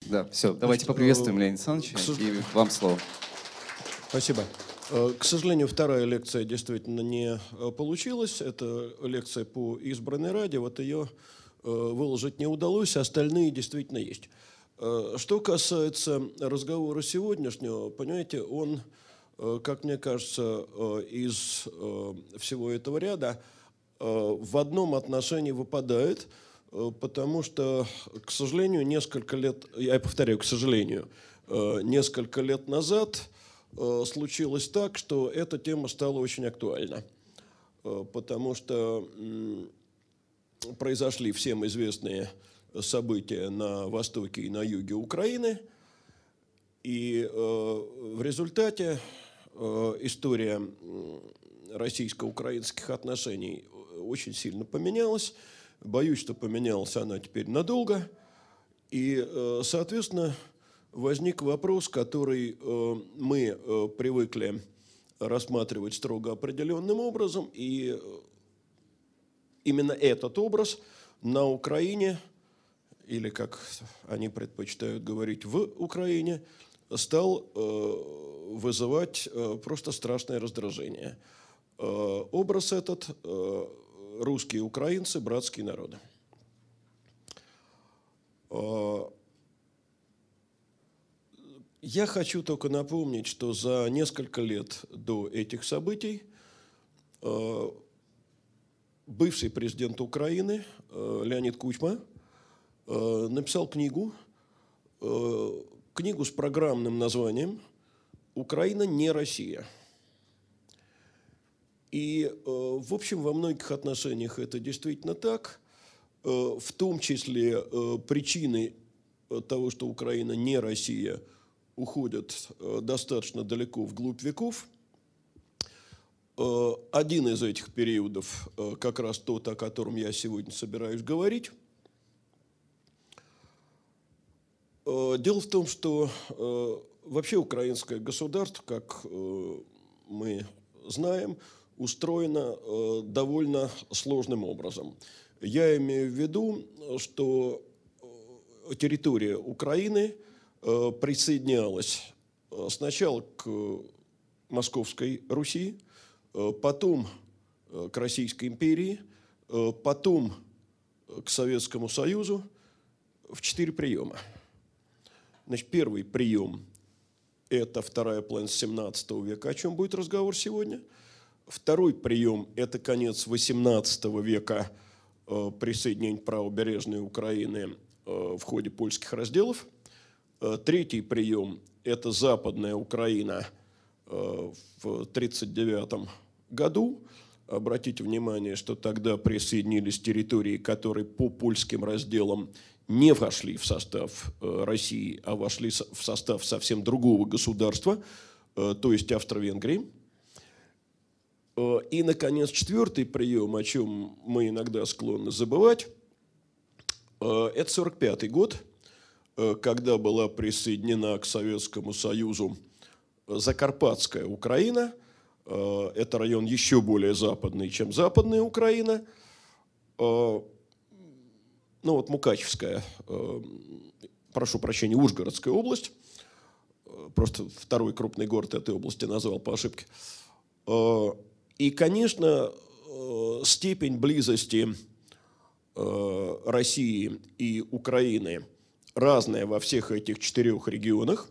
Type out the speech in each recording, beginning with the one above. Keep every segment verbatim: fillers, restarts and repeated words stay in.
Да, все, давайте поприветствуем Леонида Александровича, и вам слово. Спасибо. К сожалению, вторая лекция действительно не получилась. Это лекция по избранной Раде. Вот ее выложить не удалось, остальные действительно есть. Что касается разговора сегодняшнего, понимаете, он, как мне кажется, из всего этого ряда в одном отношении выпадает, потому что, к сожалению, несколько лет, я повторяю, к сожалению, несколько лет назад случилось так, что эта тема стала очень актуальна, потому что произошли всем известные события на востоке и на юге Украины, и в результате история российско-украинских отношений очень сильно поменялась. Боюсь, что поменялась она теперь надолго. И, соответственно, возник вопрос, который мы привыкли рассматривать строго определенным образом. И именно этот образ на Украине, или, как они предпочитают говорить, в Украине, стал вызывать просто страшное раздражение. Образ этот – русские украинцы, братские народы. Я хочу только напомнить, что за несколько лет до этих событий бывший президент Украины Леонид Кучма написал книгу, книгу с программным названием «Украина не Россия». И, в общем, во многих отношениях это действительно так, в том числе причины того, что Украина не Россия, уходят достаточно далеко вглубь веков. Один из этих периодов, как раз тот, о котором я сегодня собираюсь говорить. Дело в том, что вообще украинское государство, как мы знаем, устроено довольно сложным образом. Я имею в виду, что территория Украины присоединялась сначала к Московской Руси, потом к Российской империи, потом к Советскому Союзу в четыре приема. Значит, первый прием – это вторая половина семнадцатого века, о чем будет разговор сегодня. Второй прием – это конец восемнадцатого века, присоединение правобережной Украины в ходе польских разделов. Третий прием – это Западная Украина в тридцать девятом году. Обратите внимание, что тогда присоединились территории, которые по польским разделам не вошли в состав России, а вошли в состав совсем другого государства, то есть Австро-Венгрии. И, наконец, четвертый прием, о чем мы иногда склонны забывать, это сорок пятый год, когда была присоединена к Советскому Союзу Закарпатская Украина. Это район еще более западный, чем Западная Украина. Ну вот Мукачевская, прошу прощения, Ужгородская область. Просто второй крупный город этой области назвал по ошибке. И, конечно, степень близости России и Украины разная во всех этих четырех регионах,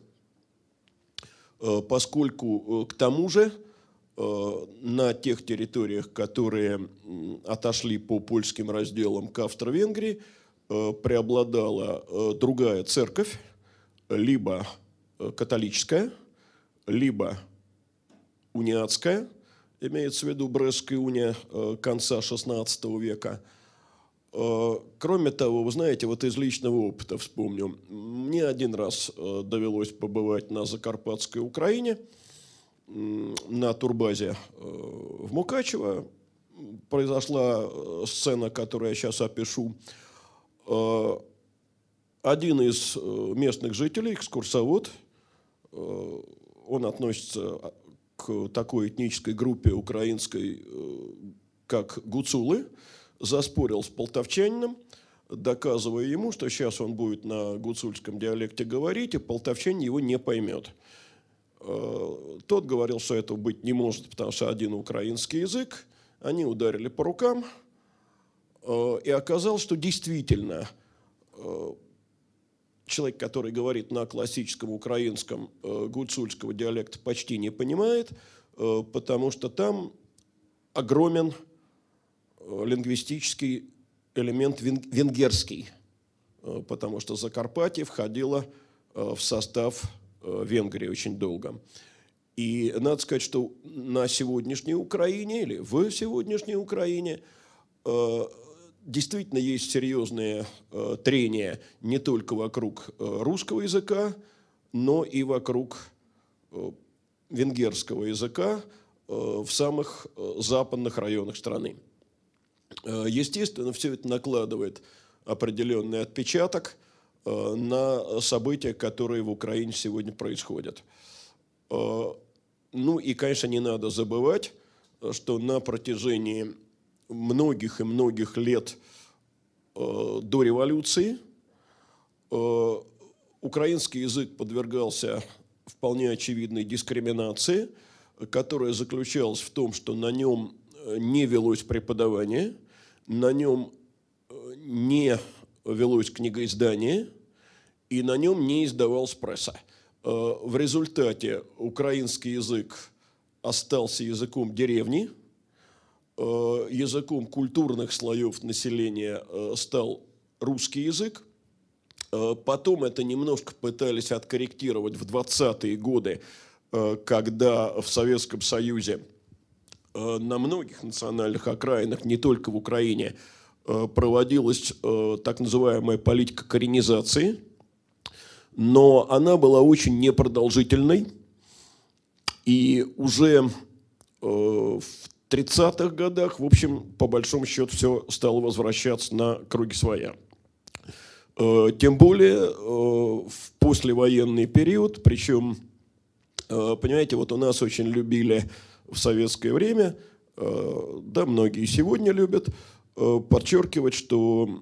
поскольку к тому же на тех территориях, которые отошли по польским разделам к Австро-Венгрии, преобладала другая церковь, либо католическая, либо униатская, имеется в виду Брестская уния конца шестнадцатого века. Кроме того, вы знаете, вот из личного опыта вспомню, мне один раз довелось побывать на Закарпатской Украине, на турбазе в Мукачево. Произошла сцена, которую я сейчас опишу. Один из местных жителей, экскурсовод, он относится к такой этнической группе украинской, как гуцулы, заспорил с полтавчанином, доказывая ему, что сейчас он будет на гуцульском диалекте говорить, и полтавчанин его не поймет. Тот говорил, что этого быть не может, потому что один украинский язык. Они ударили по рукам, и оказалось, что действительно человек, который говорит на классическом украинском гуцульского диалекта, почти не понимает, потому что там огромен лингвистический элемент венгерский, потому что Закарпатье входило в состав Венгрии очень долго. И надо сказать, что на сегодняшней Украине или в сегодняшней Украине действительно есть серьезные трения не только вокруг русского языка, но и вокруг венгерского языка в самых западных районах страны. Естественно, все это накладывает определенный отпечаток на события, которые в Украине сегодня происходят. Ну и, конечно, не надо забывать, что на протяжении многих и многих лет до революции украинский язык подвергался вполне очевидной дискриминации, которая заключалась в том, что на нем не велось преподавание, на нем не велось книгоиздание, и на нем не издавалась пресса. В результате украинский язык остался языком деревни, языком культурных слоев населения стал русский язык. Потом это немножко пытались откорректировать в двадцатые годы, когда в Советском Союзе на многих национальных окраинах, не только в Украине, проводилась так называемая политика коренизации, но она была очень непродолжительной, и уже в тридцатых годах, в общем, по большому счету, все стало возвращаться на круги своя. Тем более в послевоенный период, причем, понимаете, вот у нас очень любили в советское время, да, многие сегодня любят, подчеркивать, что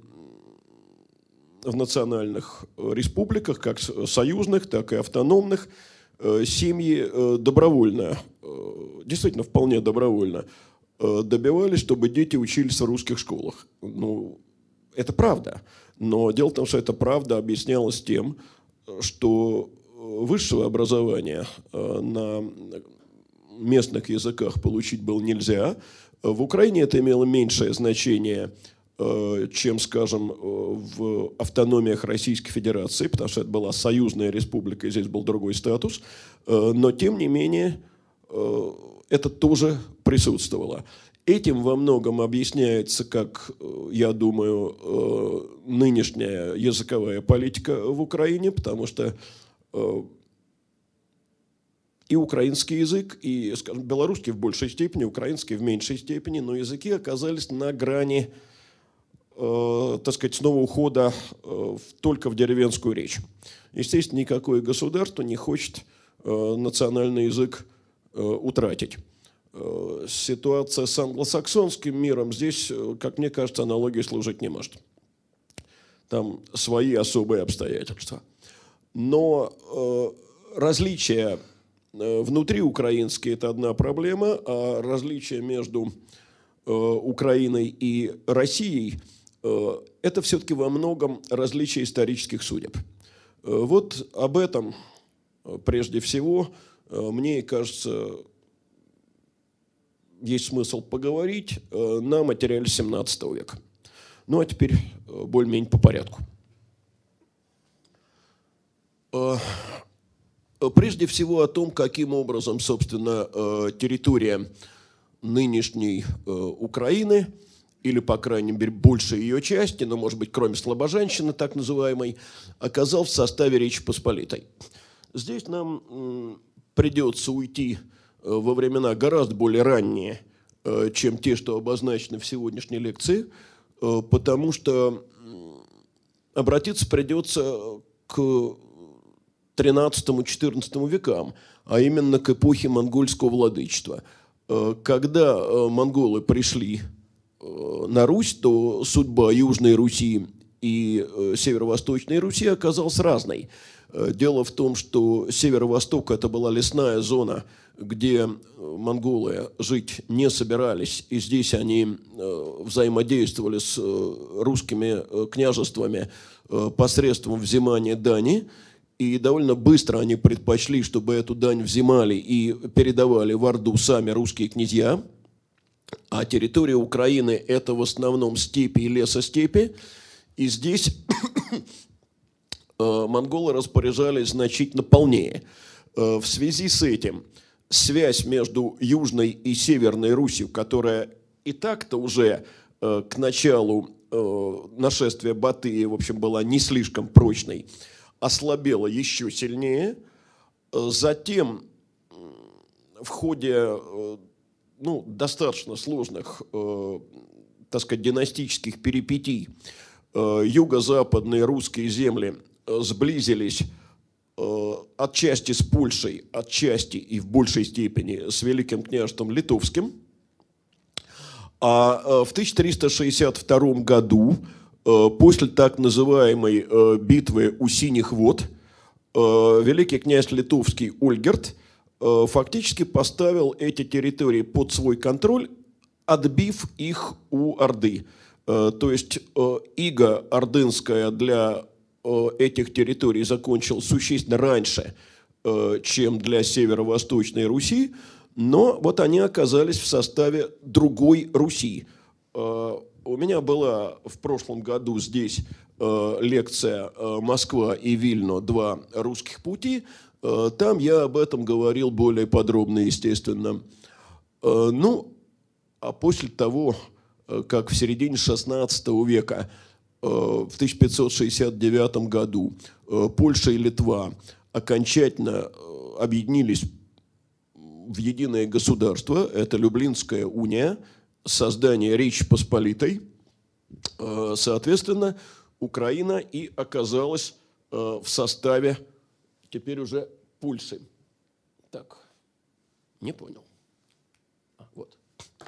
в национальных республиках, как союзных, так и автономных, семьи добровольно, действительно вполне добровольно добивались, чтобы дети учились в русских школах. Ну, это правда. Но дело в том, что эта правда объяснялась тем, что высшего образования на местных языках получить было нельзя. В Украине это имело меньшее значение, чем, скажем, в автономиях Российской Федерации, потому что это была союзная республика, и здесь был другой статус. Но, тем не менее, это тоже присутствовало. Этим во многом объясняется, как, я думаю, нынешняя языковая политика в Украине, потому что и украинский язык, и, скажем, белорусский в большей степени, украинский в меньшей степени, но языки оказались на грани, э, так сказать, снова ухода э, только в деревенскую речь. Естественно, никакое государство не хочет э, национальный язык э, утратить. Э, ситуация с англосаксонским миром здесь, э, как мне кажется, аналогии служить не может. Там свои особые обстоятельства. Но э, различия внутри украинские – это одна проблема, а различия между э, Украиной и Россией э, – это все-таки во многом различия исторических судеб. Э, вот об этом прежде всего, э, мне кажется, есть смысл поговорить э, на материале семнадцатого века. Ну а теперь э, более-менее по порядку. Э, Прежде всего о том, каким образом, собственно, территория нынешней Украины, или, по крайней мере, большей ее части, но, может быть, кроме Слобожанщины, так называемой, оказалась в составе Речи Посполитой. Здесь нам придется уйти во времена гораздо более ранние, чем те, что обозначены в сегодняшней лекции, потому что обратиться придется к тринадцатому-четырнадцатому векам, а именно к эпохе монгольского владычества. Когда монголы пришли на Русь, то судьба Южной Руси и Северо-Восточной Руси оказалась разной. Дело в том, что Северо-Восток – это была лесная зона, где монголы жить не собирались, и здесь они взаимодействовали с русскими княжествами посредством взимания дани, и довольно быстро они предпочли, чтобы эту дань взимали и передавали в Орду сами русские князья, а территория Украины – это в основном степи и лесостепи, и здесь монголы распоряжались значительно полнее. В связи с этим связь между Южной и Северной Русью, которая и так-то уже к началу нашествия Батыя, в общем, была не слишком прочной, ослабела еще сильнее. Затем в ходе ну, достаточно сложных, так сказать, династических перипетий юго-западные русские земли сблизились отчасти с Польшей, отчасти и в большей степени с Великим княжеством Литовским. А в тысяча триста шестьдесят втором году, после так называемой битвы у Синих вод, великий князь Литовский Ольгерд фактически поставил эти территории под свой контроль, отбив их у Орды. То есть ига ордынская для этих территорий закончил существенно раньше, чем для Северо-Восточной Руси, но вот они оказались в составе другой Руси. У меня была в прошлом году здесь лекция «Москва и Вильно. Два русских пути». Там я об этом говорил более подробно, естественно. Ну, а после того, как в середине шестнадцатого века, в тысяча пятьсот шестьдесят девятом году, Польша и Литва окончательно объединились в единое государство, это Люблинская уния, создание Речи Посполитой, соответственно, Украина и оказалась в составе теперь уже Польши. Так, не понял. А, вот.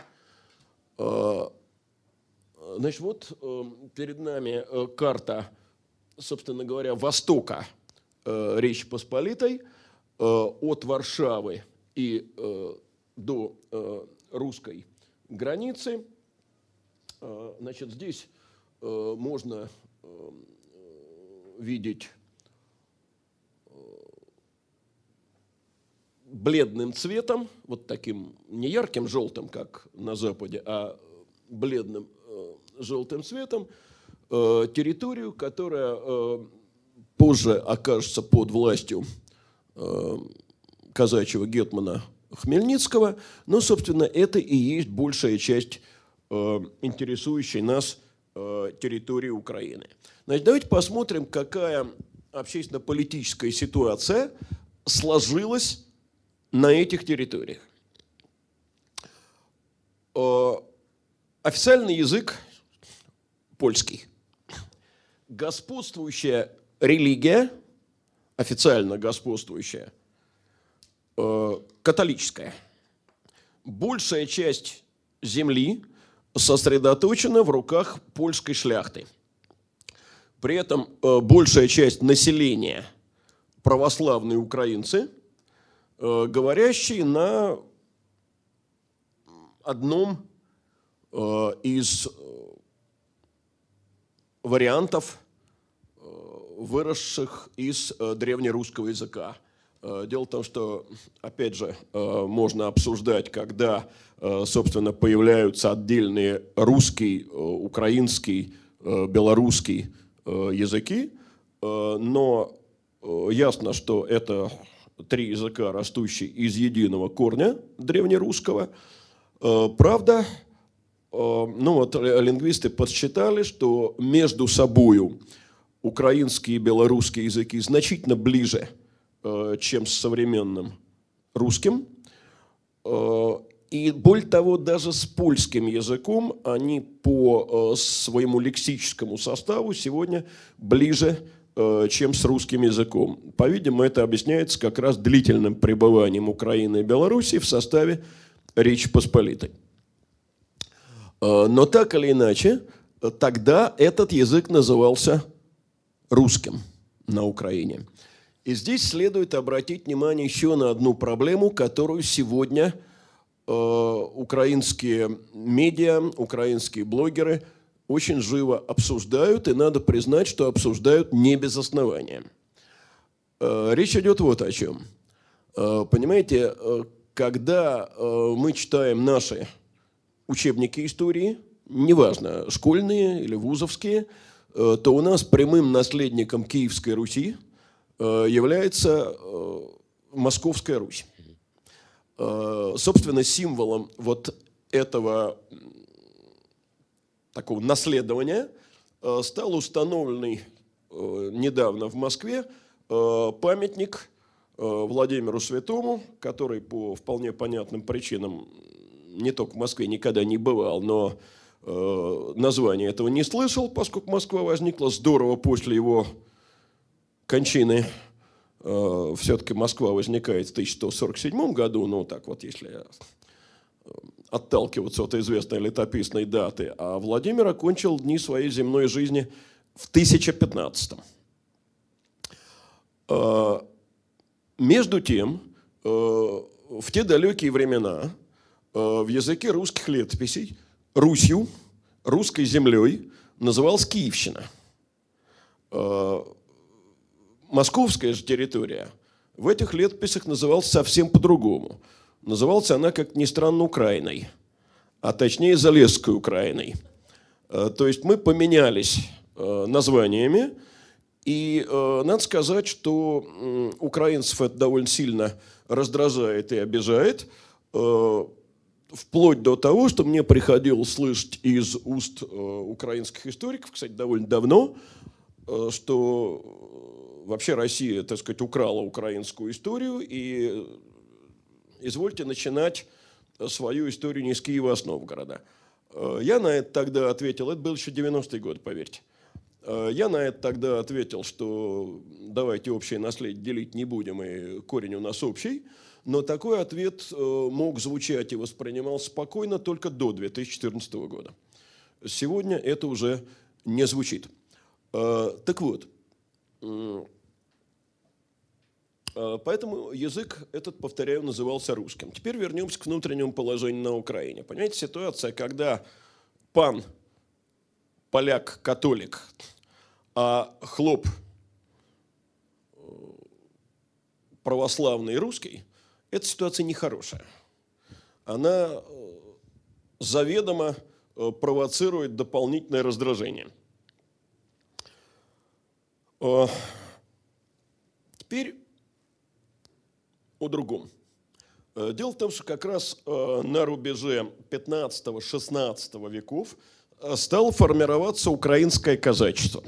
Значит, вот перед нами карта, собственно говоря, востока Речи Посполитой, от Варшавы и до русской границы. Значит, здесь можно видеть бледным цветом, вот таким не ярким желтым, как на Западе, а бледным желтым цветом, территорию, которая позже окажется под властью казачьего гетмана Хмельницкого, но, собственно, это и есть большая часть интересующей нас территории Украины. Значит, давайте посмотрим, какая общественно-политическая ситуация сложилась на этих территориях. Официальный язык польский. Господствующая религия, официально господствующая, католическая. Большая часть земли сосредоточена в руках польской шляхты. При этом большая часть населения православные украинцы, говорящие на одном из вариантов, выросших из древнерусского языка. Дело в том, что, опять же, можно обсуждать, когда, собственно, появляются отдельные русский, украинский, белорусский языки, но ясно, что это три языка, растущие из единого корня древнерусского. Правда, ну вот лингвисты подсчитали, что между собою украинский и белорусский языки значительно ближе, чем с современным русским. И более того, даже с польским языком они по своему лексическому составу сегодня ближе, чем с русским языком. По-видимому, это объясняется как раз длительным пребыванием Украины и Белоруссии в составе Речи Посполитой. Но так или иначе, тогда этот язык назывался русским на Украине. И здесь следует обратить внимание еще на одну проблему, которую сегодня э, украинские медиа, украинские блогеры очень живо обсуждают, и надо признать, что обсуждают не без основания. Э, речь идет вот о чем. Э, понимаете, э, когда э, мы читаем наши учебники истории, неважно, школьные или вузовские, э, то у нас прямым наследником Киевской Руси является Московская Русь. Собственно, символом вот этого такого наследования стал установленный недавно в Москве памятник Владимиру Святому, который по вполне понятным причинам не только в Москве никогда не бывал, но название этого не слышал, поскольку Москва возникла здорово после его кончины. Э, все-таки Москва возникает в тысяча сто сорок седьмом году, ну так вот, если отталкиваться от известной летописной даты, а Владимир окончил дни своей земной жизни в тысяча пятнадцатом. Э, между тем, э, в те далекие времена э, в языке русских летописей Русью, русской землей называлась Киевщина. Э, Московская же территория в этих летописях называлась совсем по-другому. Называлась она, как ни странно, Украиной, а точнее Залесской Украиной. То есть мы поменялись названиями, и надо сказать, что украинцев это довольно сильно раздражает и обижает, вплоть до того, что мне приходилось слышать из уст украинских историков, кстати, довольно давно, что вообще Россия, так сказать, украла украинскую историю, и извольте начинать свою историю не с Киева, а с Новгорода. Я на это тогда ответил, это был еще девяностый год, поверьте. Я на это тогда ответил, что давайте общее наследие делить не будем, и корень у нас общий. Но такой ответ мог звучать и воспринимался спокойно только до две тысячи четырнадцатого года. Сегодня это уже не звучит. Так вот, поэтому язык этот, повторяю, назывался русским. Теперь вернемся к внутреннему положению на Украине. Понимаете, ситуация, когда пан поляк-католик, а хлоп православный русский, эта ситуация нехорошая. Она заведомо провоцирует дополнительное раздражение. Теперь о другом. Дело в том, что как раз на рубеже пятнадцатого-шестнадцатого веков стало формироваться украинское казачество.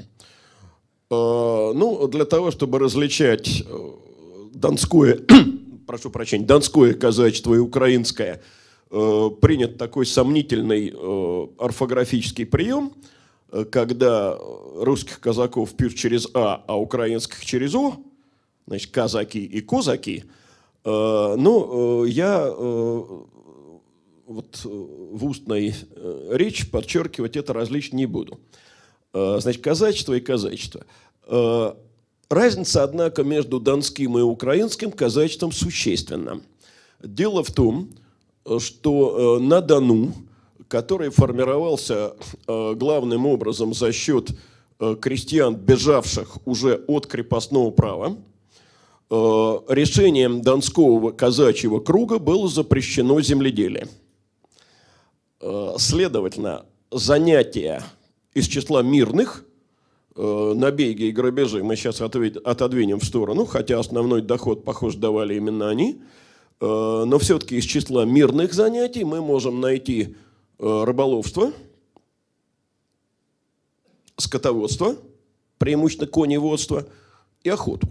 Ну, для того, чтобы различать донское, прошу прощения, донское казачество и украинское, принят такой сомнительный орфографический прием, когда русских казаков пишут через А, а украинских через О, значит, казаки и козаки. Ну, я вот в устной речи подчеркивать это различие не буду. Значит, казачество и казачество. Разница, однако, между донским и украинским казачеством существенна. Дело в том, что на Дону, который формировался главным образом за счет крестьян, бежавших уже от крепостного права, решением Донского казачьего круга было запрещено земледелие. Следовательно, занятия из числа мирных, набеги и грабежи мы сейчас отодвинем в сторону, хотя основной доход, похоже, давали именно они, но все-таки из числа мирных занятий мы можем найти рыболовство, скотоводство, преимущественно коневодство и охоту.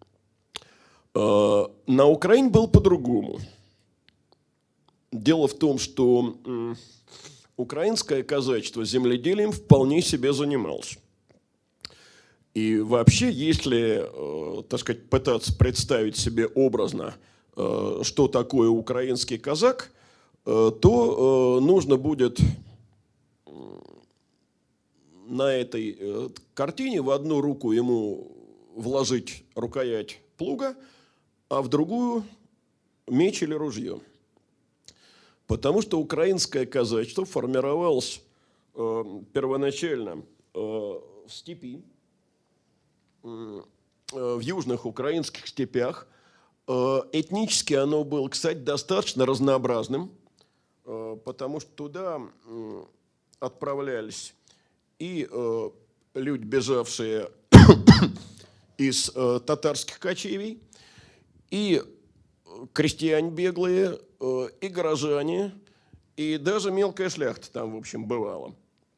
На Украине было по-другому. Дело в том, что украинское казачество земледелием вполне себе занималось. И вообще, если, так сказать, пытаться представить себе образно, что такое украинский казак, то нужно будет на этой э, картине в одну руку ему вложить рукоять плуга, а в другую меч или ружье. Потому что украинское казачество формировалось э, первоначально э, в степи, э, в южных украинских степях. Э, этнически оно было, кстати, достаточно разнообразным, э, потому что туда э, отправлялись и э, люди, бежавшие из э, татарских кочевий, и крестьяне беглые, э, и горожане, и даже мелкая шляхта там, в общем, бывала.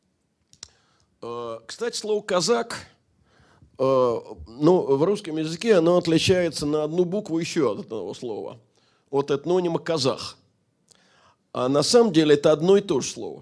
Э, кстати, слово «казак», э, ну, в русском языке оно отличается на одну букву еще от одного слова, от этнонима «казах». А на самом деле это одно и то же слово.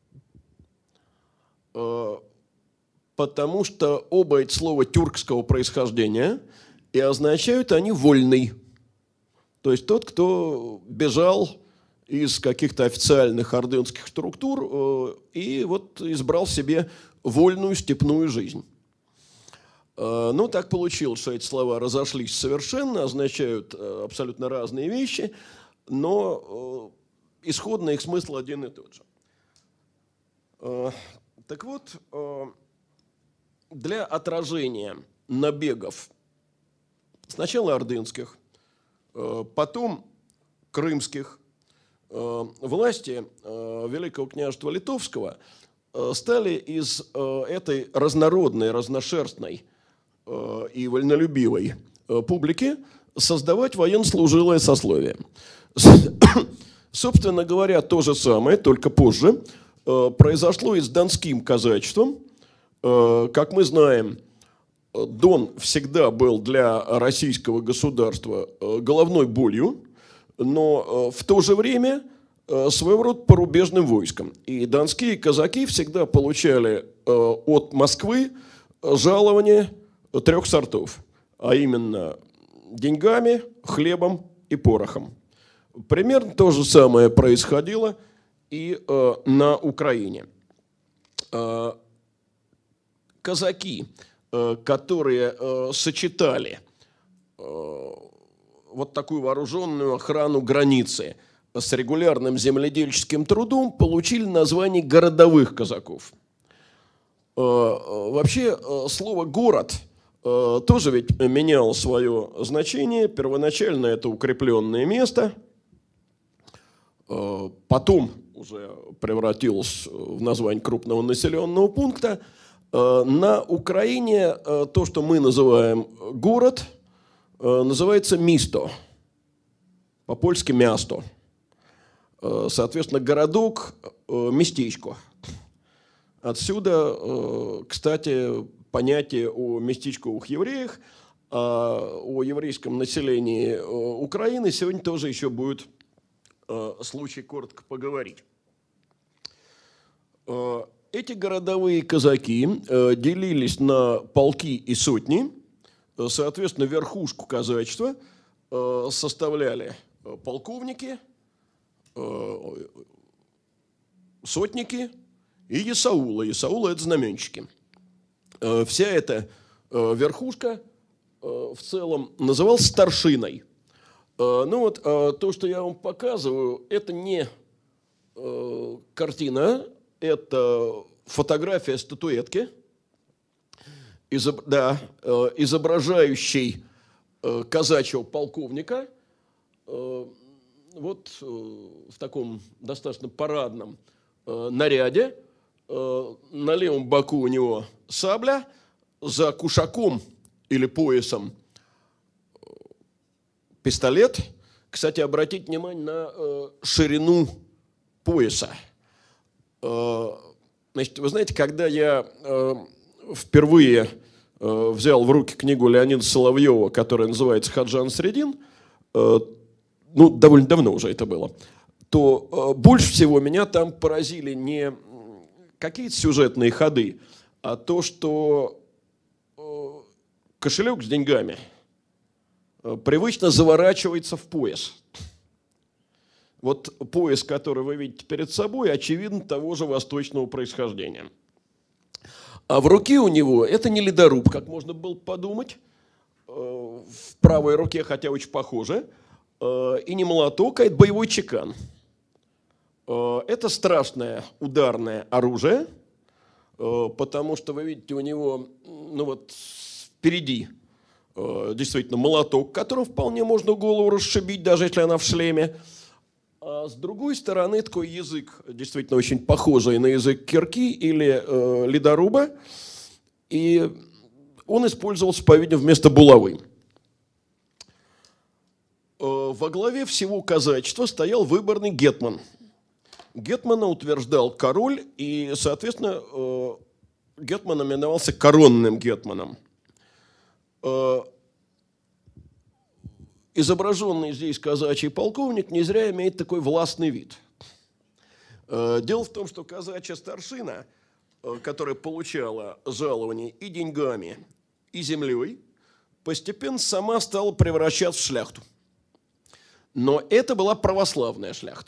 Э, потому что оба эти слова тюркского происхождения, и означают они «вольный». То есть тот, кто бежал из каких-то официальных ордынских структур э, и вот избрал себе вольную степную жизнь. Э, ну, так получилось, что эти слова разошлись совершенно, означают э, абсолютно разные вещи, но э, исходно их смысл один и тот же. Э, так вот, э, для отражения набегов сначала ордынских, потом крымских, власти Великого княжества Литовского стали из этой разнородной, разношерстной и вольнолюбивой публики создавать военнослужилое сословие. Собственно говоря, то же самое, только позже, произошло и с донским казачеством. Как мы знаем, Дон всегда был для российского государства головной болью, но в то же время своего рода порубежным войском. И донские казаки всегда получали от Москвы жалование трех сортов, а именно деньгами, хлебом и порохом. Примерно то же самое происходило и на Украине. Казаки, которые э, сочетали э, вот такую вооруженную охрану границы с регулярным земледельческим трудом, получили название городовых казаков. Э, вообще э, слово «город» э, тоже ведь меняло свое значение. Первоначально это укрепленное место, э, потом уже превратилось в название крупного населенного пункта. На Украине то, что мы называем город, называется мисто, по-польски място. Соответственно, городок, местечко. Отсюда, кстати, понятие о местечковых евреях, о еврейском населении Украины сегодня тоже еще будет случай коротко поговорить. Эти городовые казаки э, делились на полки и сотни. Соответственно, верхушку казачества э, составляли полковники, э, сотники и есаулы. Есаулы – это знаменщики. Э, вся эта э, верхушка э, в целом называлась старшиной. Э, ну вот э, то, что я вам показываю, это не э, картина. Это фотография статуэтки, изоб... да, э, изображающей э, казачьего полковника э, вот э, в таком достаточно парадном э, наряде. Э, на левом боку у него сабля, за кушаком или поясом э, пистолет. Кстати, обратите внимание на э, ширину пояса. Значит, вы знаете, когда я э, впервые э, взял в руки книгу Леонида Соловьева, которая называется «Хаджан Средин», э, ну, довольно давно уже это было, то э, больше всего меня там поразили не какие-то сюжетные ходы, а то, что э, кошелек с деньгами э, привычно заворачивается в пояс. Вот пояс, который вы видите перед собой, очевидно, того же восточного происхождения. А в руке у него это не ледоруб, как можно было подумать, в правой руке, хотя очень похоже, и не молоток, а это боевой чекан. Это страшное ударное оружие, потому что, вы видите, у него, ну вот, впереди действительно молоток, которым вполне можно голову расшибить, даже если она в шлеме. А с другой стороны такой язык, действительно очень похожий на язык кирки или э, ледоруба, и он использовался, по-видимому, вместо булавы. Э, во главе всего казачества стоял выборный гетман. Гетмана утверждал король, и, соответственно, э, гетман именовался коронным гетманом. Э, Изображенный здесь казачий полковник не зря имеет такой властный вид. Дело в том, что казачья старшина, которая получала жалование и деньгами, и землей, постепенно сама стала превращаться в шляхту. Но это была православная шляхта.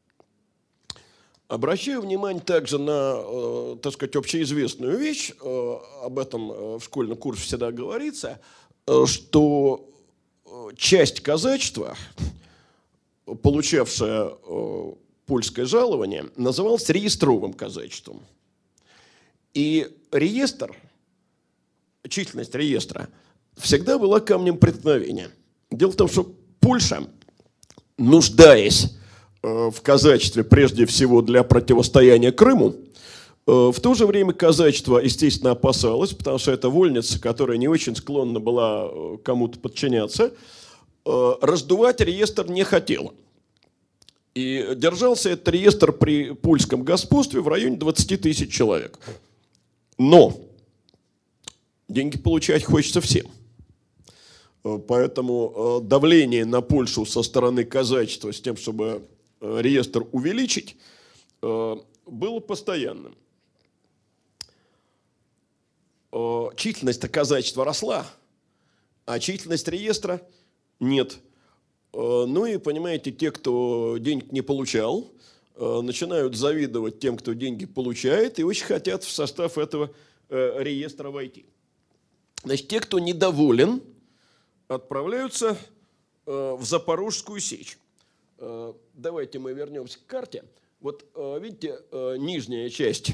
Обращаю внимание также на, так сказать, общеизвестную вещь, об этом в школьном курсе всегда говорится, что часть казачества, получавшая э, польское жалование, называлась реестровым казачеством. И реестр, численность реестра, всегда была камнем преткновения. Дело в том, что Польша, нуждаясь э, в казачестве прежде всего для противостояния Крыму, э, в то же время казачество, естественно, опасалось, потому что это вольница, которая не очень склонна была э, кому-то подчиняться, раздувать реестр не хотела. И держался этот реестр при польском господстве в районе двадцати тысяч человек. Но деньги получать хочется всем. Поэтому давление на Польшу со стороны казачества с тем, чтобы реестр увеличить, было постоянным. Численность казачества росла, а численность реестра нет. Ну и, понимаете, те, кто денег не получал, начинают завидовать тем, кто деньги получает, и очень хотят в состав этого реестра войти. Значит, те, кто недоволен, отправляются в Запорожскую сечь. Давайте мы вернемся к карте. Вот видите, нижняя часть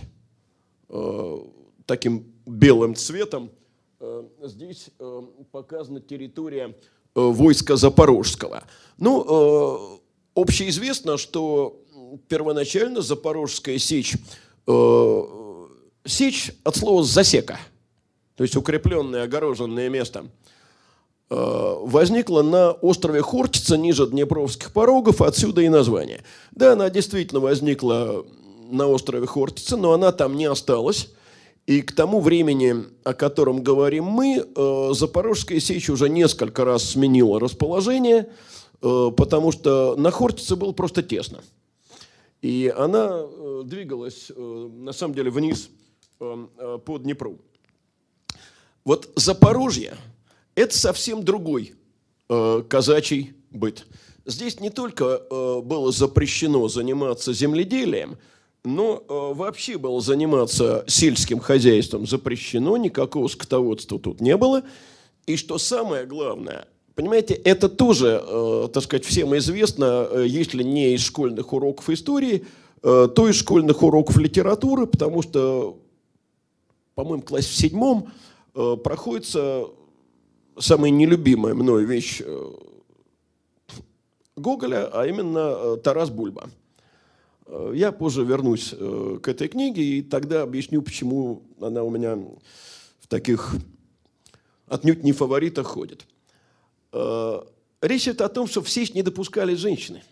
таким белым цветом, здесь показана территория войска Запорожского. Ну, э, общеизвестно, что первоначально Запорожская сечь, э, сечь от слова «засека», то есть укрепленное, огороженное место, э, возникла на острове Хортица, ниже Днепровских порогов, отсюда и название. Да, она действительно возникла на острове Хортица, но она там не осталась. И к тому времени, о котором говорим мы, Запорожская сечь уже несколько раз сменила расположение, потому что на Хортице было просто тесно. И она двигалась, на самом деле, вниз по Днепру. Вот Запорожье – это совсем другой казачий быт. Здесь не только было запрещено заниматься земледелием, но э, вообще было заниматься сельским хозяйством запрещено, никакого скотоводства тут не было. И что самое главное, понимаете, это тоже, э, так сказать, всем известно, э, если не из школьных уроков истории, э, то из школьных уроков литературы, потому что, по-моему, в классе в седьмом э, проходится самая нелюбимая мной вещь э, Гоголя, а именно э, Тарас Бульба. Я позже вернусь к этой книге и тогда объясню, почему она у меня в таких отнюдь не фаворитах ходит. Речь идет о том, что в сечь не допускали женщины.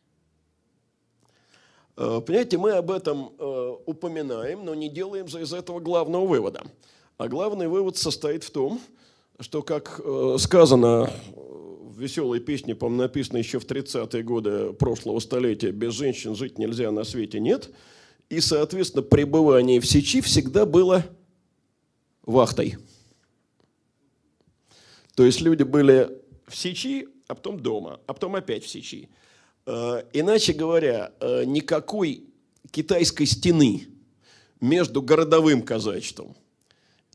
Понимаете, мы об этом упоминаем, но не делаем же из этого главного вывода. А главный вывод состоит в том, что, как сказано в веселой песне, по-моему, написанной еще в тридцатые годы прошлого столетия, «Без женщин жить нельзя, на свете нет». И, соответственно, пребывание в сечи всегда было вахтой. То есть люди были в сечи, а потом дома, а потом опять в сечи. Иначе говоря, никакой китайской стены между городовым казачеством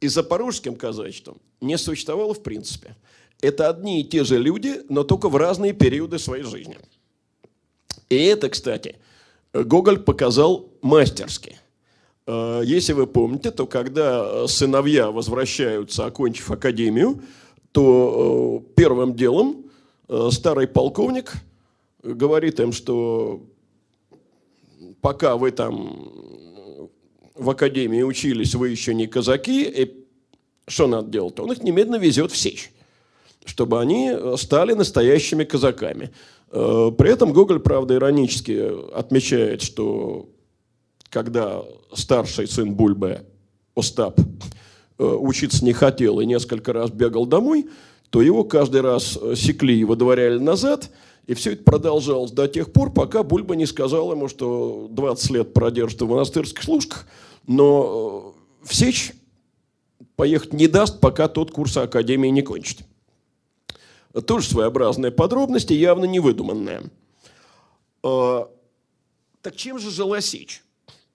и запорожским казачеством не существовало в принципе. Это одни и те же люди, но только в разные периоды своей жизни. И это, кстати, Гоголь показал мастерски. Если вы помните, то когда сыновья возвращаются, окончив академию, то первым делом старый полковник говорит им, что пока вы там в академии учились, вы еще не казаки, и что надо делать? Он их немедленно везет в Сечь, чтобы они стали настоящими казаками. При этом Гоголь, правда, иронически отмечает, что когда старший сын Бульбы, Остап, учиться не хотел и несколько раз бегал домой, то его каждый раз секли и выдворяли назад, и все это продолжалось до тех пор, пока Бульба не сказал ему, что двадцать лет продержит в монастырских служках, но в Сечь поехать не даст, пока тот курс академии не кончит. Тоже своеобразная подробность и явно не выдуманная. Так чем же жила Сечь?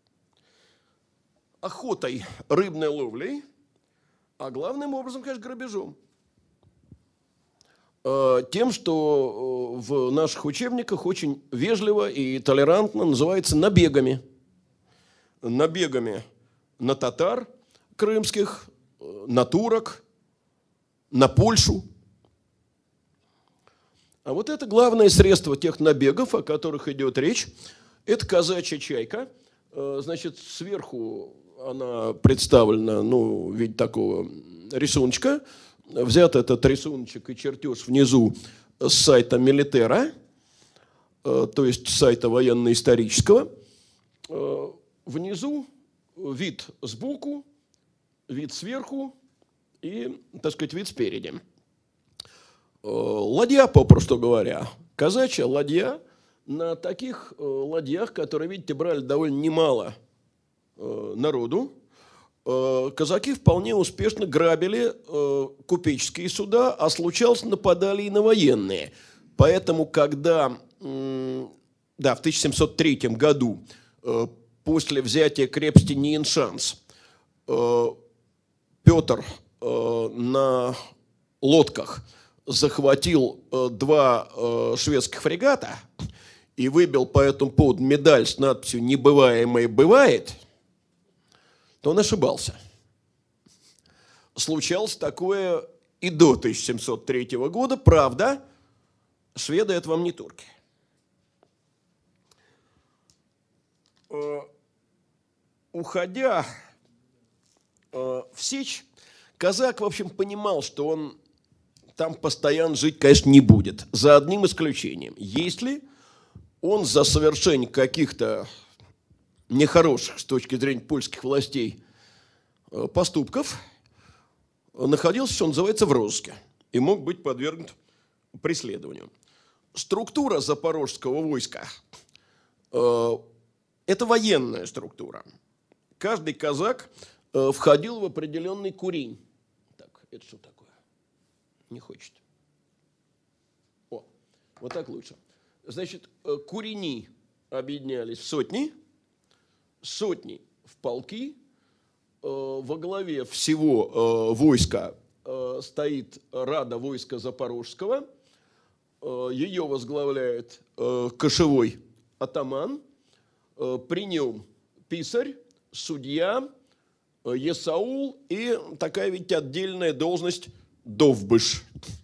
Охотой, рыбной ловлей, а главным образом, конечно, грабежом. Тем, что в наших учебниках очень вежливо и толерантно называется набегами. Набегами на татар крымских, на турок, на Польшу. А вот это главное средство тех набегов, о которых идет речь, это казачья чайка. Значит, сверху она представлена, ну, в виде такого рисуночка. Взят этот рисуночек и чертеж внизу с сайта Милитера, то есть сайта военно-исторического. Внизу вид сбоку, вид сверху и, так сказать, вид спереди. Ладья, попросту говоря, казачья ладья. На таких ладьях, которые, видите, брали довольно немало народу, казаки вполне успешно грабили купеческие суда, а случалось, нападали и на военные. Поэтому, когда да, в тысяча семьсот третьем году после взятия крепости Ниеншанс Петр на лодках захватил два шведских фрегата и выбил по этому поводу медаль с надписью «Небываемое бывает», то он ошибался. Случалось такое и до тысяча семьсот третьего года. Правда, шведы – это вам не турки. Уходя в Сечь, казак, в общем, понимал, что он там постоянно жить, конечно, не будет. За одним исключением. Если он за совершение каких-то нехороших с точки зрения польских властей поступков находился, что называется, в розыске и мог быть подвергнут преследованию. Структура запорожского войска э, – это военная структура. Каждый казак э, входил в определенный курень. Так, это что такое? Не хочет. О, вот так лучше. Значит, э, курени объединялись в сотни, сотни в полки. Э, во главе всего э, войска э, стоит Рада войска Запорожского. Э, ее возглавляет э, кошевой атаман. Э, при нем писарь, судья, э, есаул и такая, видите, отдельная должность довбыш.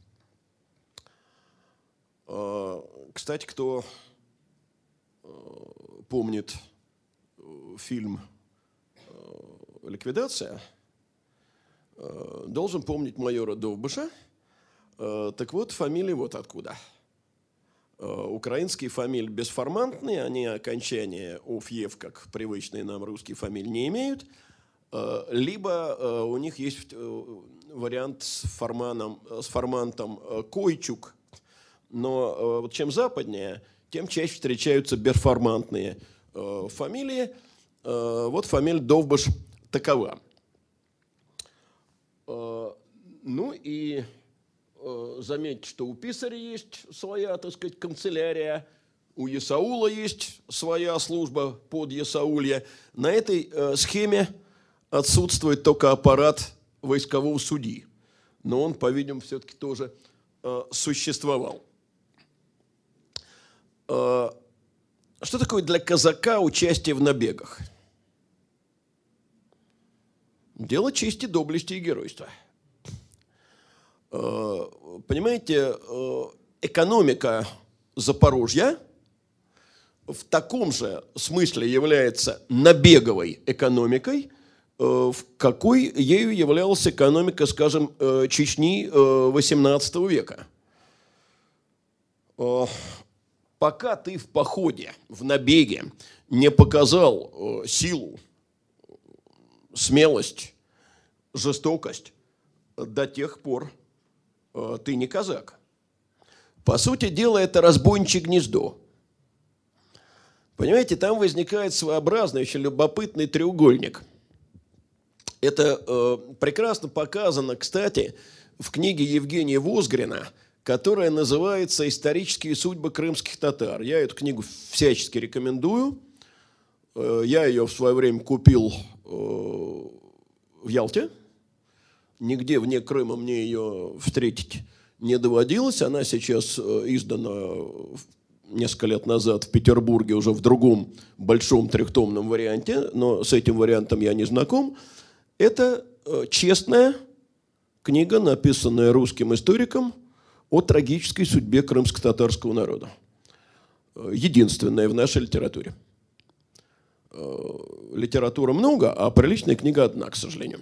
Э, кстати, кто э, помнит фильм «Ликвидация», должен помнить майора Довбыша. Так вот, фамилия вот откуда. Украинские фамилии бесформантные, они окончания «ов-ев», как привычные нам русские фамилии, не имеют. Либо у них есть вариант с, форманом, с формантом «койчук». Но вот чем западнее, тем чаще встречаются бесформантные фамилии. Вот фамилия Довбыш такова. Ну и заметьте, что у писаря есть своя, так сказать, канцелярия, у есаула есть своя служба под есаулья. На этой схеме отсутствует только аппарат войскового судьи. Но он, по-видимому, все-таки тоже э, существовал. Э, что такое для казака участие в набегах? Дело чести, доблести и геройства. Э, понимаете, э, экономика Запорожья в таком же смысле является набеговой экономикой, в какой ею являлась экономика, скажем, Чечни восемнадцатого века. Пока ты в походе, в набеге не показал силу, смелость, жестокость, до тех пор ты не казак. По сути дела, это разбойничье гнездо. Понимаете, там возникает своеобразный, очень любопытный треугольник. Это э, прекрасно показано, кстати, в книге Евгения Возгрина, которая называется «Исторические судьбы крымских татар». Я эту книгу всячески рекомендую. Э, я ее в свое время купил э, в Ялте. Нигде вне Крыма мне ее встретить не доводилось. Она сейчас э, издана несколько лет назад в Петербурге уже в другом большом трехтомном варианте, но с этим вариантом я не знаком. Это э, честная книга, написанная русским историком о трагической судьбе крымско-татарского народа. Э, единственная в нашей литературе. Э, литературы много, а приличная книга одна, к сожалению.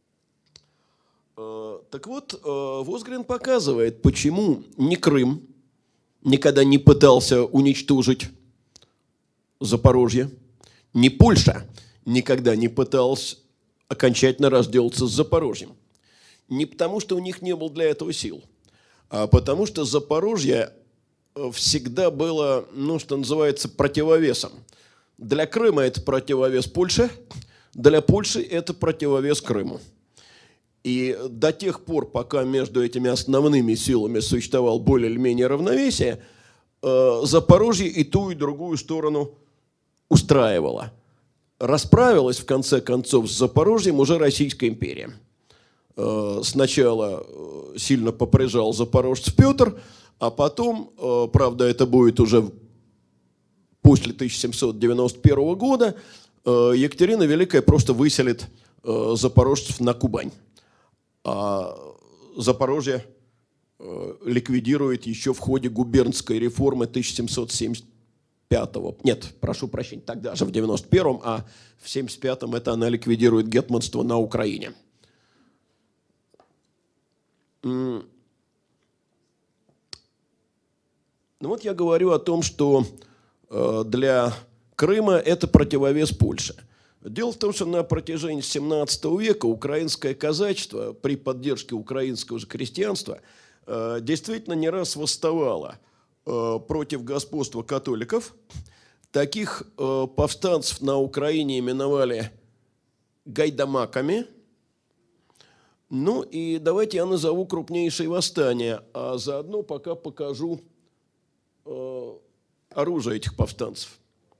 Э, так вот, э, Возгрин показывает, почему ни Крым никогда не пытался уничтожить Запорожье, ни Польша никогда не пыталась окончательно разделаться с Запорожьем. Не потому, что у них не было для этого сил, а потому, что Запорожье всегда было, ну, что называется, противовесом. Для Крыма это противовес Польши, для Польши это противовес Крыму. И до тех пор, пока между этими основными силами существовал более или менее равновесие, Запорожье и ту, и другую сторону устраивало. Расправилась, в конце концов, с Запорожьем уже Российская империя. Сначала сильно поприжал запорожцев Петр, а потом, правда, это будет уже после тысяча семьсот девяносто первого года, Екатерина Великая просто выселит запорожцев на Кубань. А Запорожье ликвидирует еще в ходе губернской реформы тысяча семьсот семьдесят пятого. Нет, прошу прощения, тогда же в девяносто первом, а в семьдесят пятом это она ликвидирует гетманство на Украине. Ну вот я говорю о том, что для Крыма это противовес Польши. Дело в том, что на протяжении семнадцатого века украинское казачество при поддержке украинского же крестьянства действительно не раз восставало против господства католиков. Таких повстанцев на Украине именовали гайдамаками. Ну и давайте я назову крупнейшие восстания, а заодно пока покажу оружие этих повстанцев.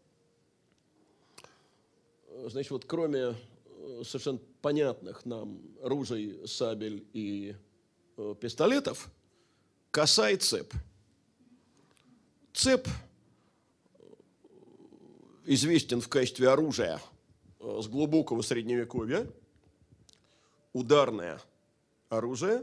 Значит, вот кроме совершенно понятных нам ружей, сабель и э, пистолетов, коса и цеп. Цеп известен в качестве оружия с глубокого средневековья, ударное оружие,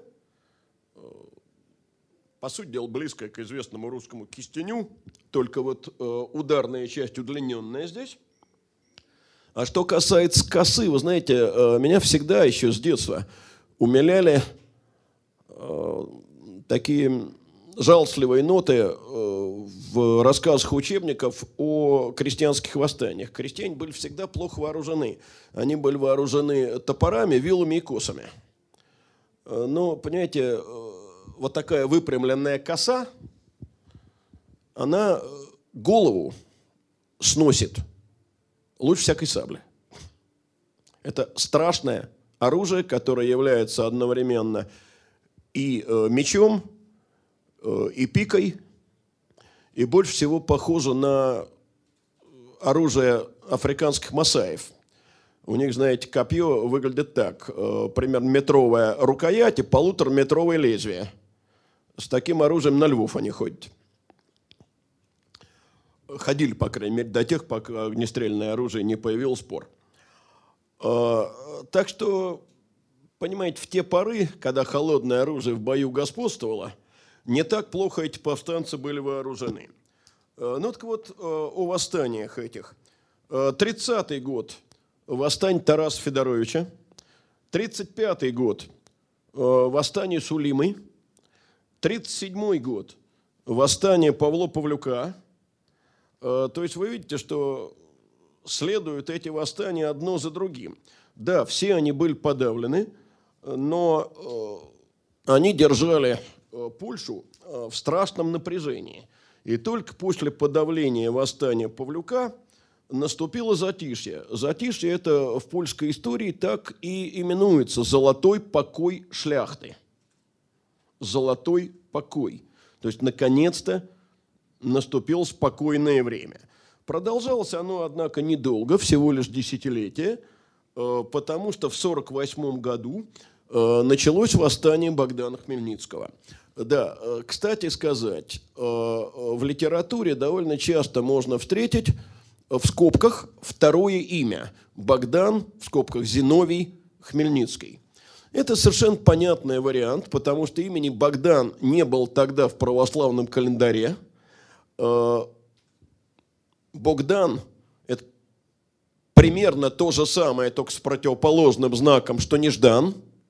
по сути дела близкое к известному русскому кистеню, только вот э, ударная часть удлиненная здесь. А что касается косы, вы знаете, меня всегда еще с детства умиляли э, такие жалостливые ноты в рассказах учебников о крестьянских восстаниях. Крестьяне были всегда плохо вооружены. Они были вооружены топорами, вилами и косами. Но, понимаете, вот такая выпрямленная коса, она голову сносит лучше всякой сабли. Это страшное оружие, которое является одновременно и э, мечом, э, и пикой, и больше всего похоже на оружие африканских масаев. У них, знаете, копье выглядит так. Примерно метровая рукоять и полутораметровое лезвие. С таким оружием на львов они ходят. Ходили, по крайней мере, до тех, пока огнестрельное оружие не появилось спор. Так что, понимаете, в те поры, когда холодное оружие в бою господствовало, не так плохо эти повстанцы были вооружены. Ну так вот, о восстаниях этих. тридцатый год – восстание Тараса Федоровича. тридцать пятый год – восстание Сулимы. тридцать седьмой год – восстание Павла Павлюка. То есть вы видите, что следуют эти восстания одно за другим. Да, все они были подавлены, но они держали Польшу в страшном напряжении. И только после подавления восстания Павлюка наступило затишье. Затишье это в польской истории так и именуется «золотой покой шляхты». Золотой покой. То есть, наконец-то, наступило спокойное время. Продолжалось оно, однако, недолго, всего лишь десятилетие, потому что в сорок восьмом году началось восстание Богдана Хмельницкого. Да, кстати сказать, в литературе довольно часто можно встретить в скобках второе имя – Богдан, в скобках Зиновий Хмельницкий. Это совершенно понятный вариант, потому что имени Богдан не было тогда в православном календаре. Богдан – это примерно то же самое, только с противоположным знаком, что Неждан.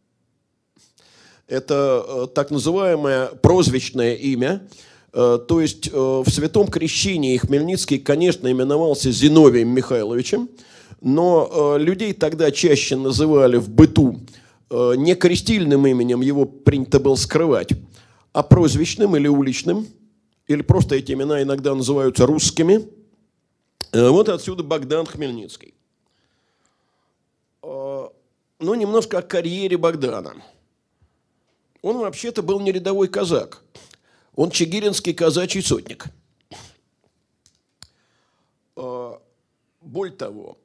Это так называемое прозвищное имя. То есть в Святом Крещении Хмельницкий, конечно, именовался Зиновием Михайловичем, но людей тогда чаще называли в быту не крестильным именем, его принято было скрывать, а прозвищным или уличным, или просто эти имена иногда называются русскими. Вот отсюда Богдан Хмельницкий. Ну, немножко о карьере Богдана. Он вообще-то был не рядовой казак. Он чигиринский казачий сотник. Более того,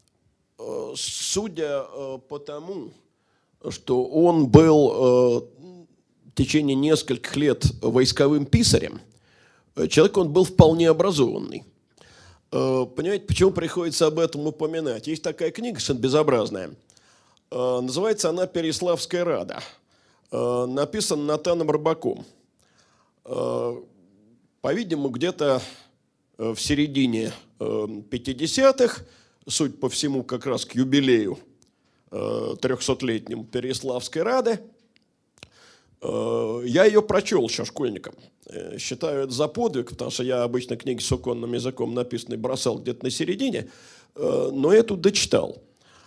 судя по тому, что он был в течение нескольких лет войсковым писарем, человек он был вполне образованный. Понимаете, почему приходится об этом упоминать? Есть такая книга совершенно безобразная. Называется она «Переславская рада». Написана Натаном Рыбаком. По-видимому, где-то в середине пятидесятых, судя по всему, как раз к юбилею трехсотлетнему Переславской рады, я ее прочел еще школьником. Считаю это за подвиг, потому что я обычно книги с суконным языком написанные бросал где-то на середине, но эту дочитал.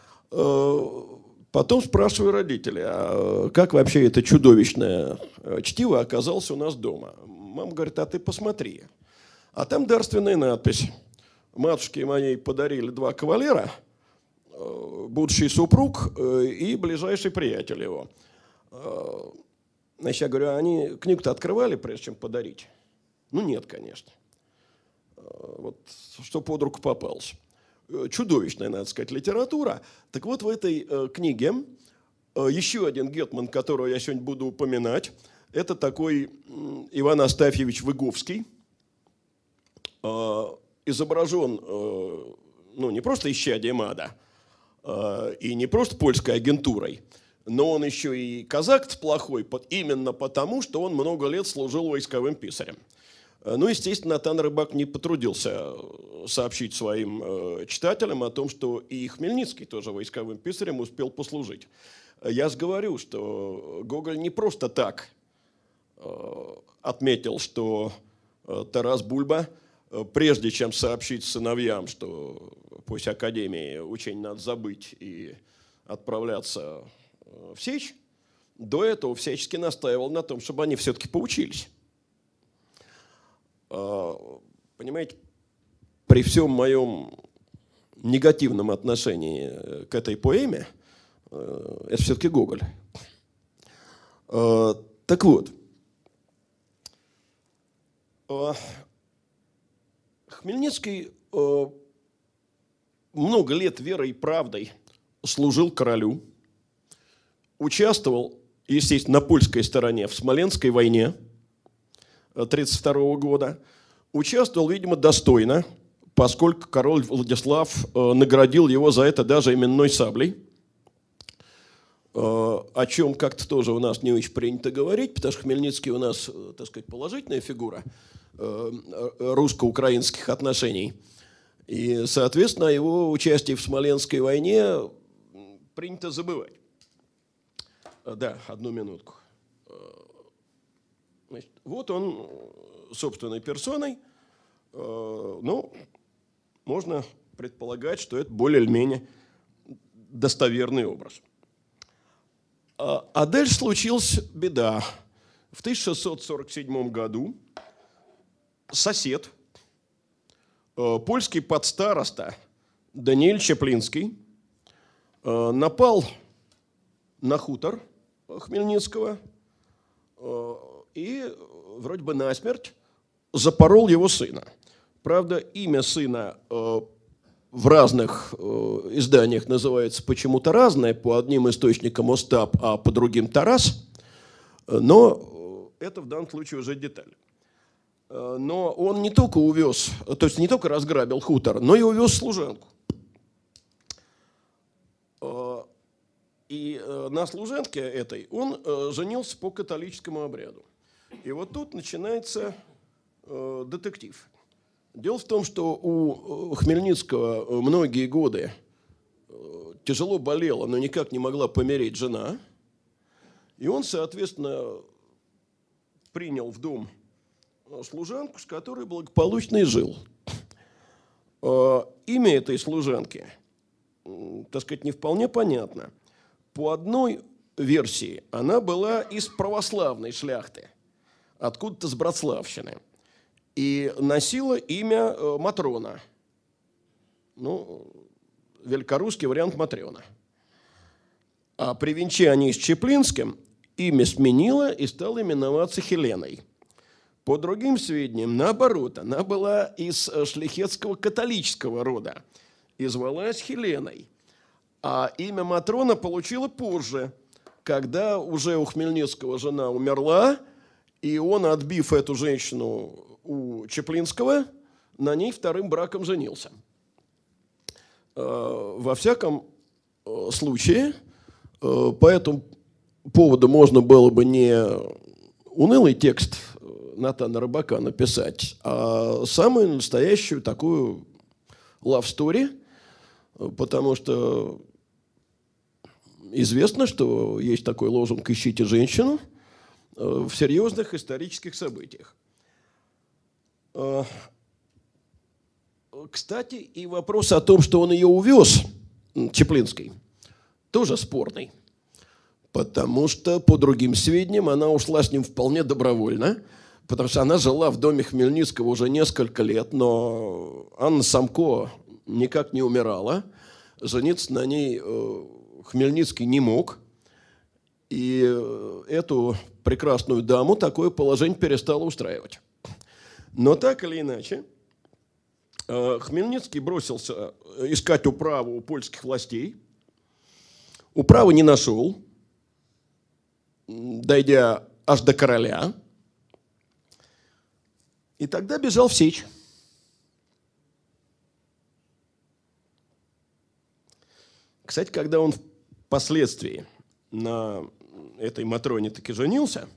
Потом спрашиваю родителей, а как вообще это чудовищное чтиво оказалось у нас дома? Мама говорит, а ты посмотри. А там дарственная надпись. Матушке моей подарили два кавалера, будущий супруг и ближайший приятель его. Значит, я говорю, они книгу-то открывали, прежде чем подарить? Ну, нет, конечно. Вот что под руку попалось. Чудовищная, надо сказать, литература. Так вот, в этой э, книге э, еще один гетман, которого я сегодня буду упоминать, это такой э, Иван Астафьевич Выговский. Э, изображен, э, ну, не просто исчадием ада, э, и не просто польской агентурой, но он еще и казак плохой, именно потому, что он много лет служил войсковым писарем. Ну, естественно, Натан Рыбак не потрудился сообщить своим э, читателям о том, что и Хмельницкий тоже войсковым писарем успел послужить. Я же говорю, что Гоголь не просто так э, отметил, что э, Тарас Бульба, э, прежде чем сообщить сыновьям, что после академии учение надо забыть и отправляться э, в Сечь, до этого всячески настаивал на том, чтобы они все-таки поучились. Понимаете, при всем моем негативном отношении к этой поэме, это все-таки Гоголь. Так вот, Хмельницкий много лет верой и правдой служил королю, участвовал, естественно, на польской стороне в Смоленской войне тысяча девятьсот тридцать второго года, участвовал, видимо, достойно, поскольку король Владислав наградил его за это даже именной саблей, о чем как-то тоже у нас не очень принято говорить, потому что Хмельницкий у нас, так сказать, положительная фигура русско-украинских отношений. И, соответственно, о его участии в Смоленской войне принято забывать. Да, одну минутку. Значит, вот он собственной персоной. Ну, можно предполагать, что это более или менее достоверный образ. А дальше случилась беда. В тысяча шестьсот сорок седьмом году сосед, польский подстароста Даниэль Чаплинский, напал на хутор Хмельницкого и вроде бы насмерть запорол его сына. Правда, имя сына в разных изданиях называется почему-то разное. По одним источникам Остап, а по другим Тарас. Но это в данном случае уже деталь. Но он не только увез, то есть не только разграбил хутор, но и увез служанку. И на служанке этой он женился по католическому обряду. И вот тут начинается детектив. Дело в том, что у Хмельницкого многие годы тяжело болела, но никак не могла помереть жена. И он, соответственно, принял в дом служанку, с которой благополучно и жил. Имя этой служанки, так сказать, не вполне понятно. По одной версии она была из православной шляхты, откуда-то с Братславщины. И носила имя Матрона. Ну, великорусский вариант Матрена. А при венчании с Чаплинским имя сменила и стала именоваться Хеленой. По другим сведениям, наоборот, она была из шляхетского католического рода и звалась Хеленой. А имя Матрона получила позже, когда уже у Хмельницкого жена умерла, и он, отбив эту женщину у Чаплинского, на ней вторым браком женился. Во всяком случае, по этому поводу можно было бы не унылый текст Натана Рыбака написать, а самую настоящую такую love story, потому что известно, что есть такой лозунг «Ищите женщину» в серьезных исторических событиях. Кстати, и вопрос о том, что он ее увез, Чаплинский, тоже спорный. Потому что, по другим сведениям, она ушла с ним вполне добровольно, потому что она жила в доме Хмельницкого уже несколько лет, но Анна Самко никак не умирала. Жениться на ней Хмельницкий не мог. И эту прекрасную даму такое положение перестало устраивать. Но так или иначе, Хмельницкий бросился искать управу у польских властей. Управы не нашел, дойдя аж до короля. И тогда бежал в Сечь. Кстати, когда он впоследствии на этой Матроне таки женился,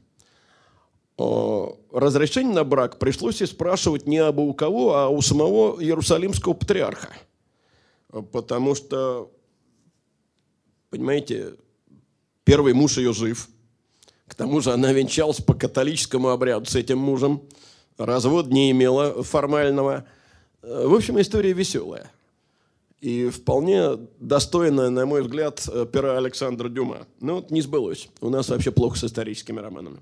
разрешение на брак пришлось и спрашивать не абы у кого, а у самого Иерусалимского патриарха. Потому что, понимаете, первый муж ее жив. К тому же она венчалась по католическому обряду с этим мужем. Развод не имела формального. В общем, история веселая. И вполне достойная, на мой взгляд, пера Александра Дюма. Но вот не сбылось. У нас вообще плохо с историческими романами.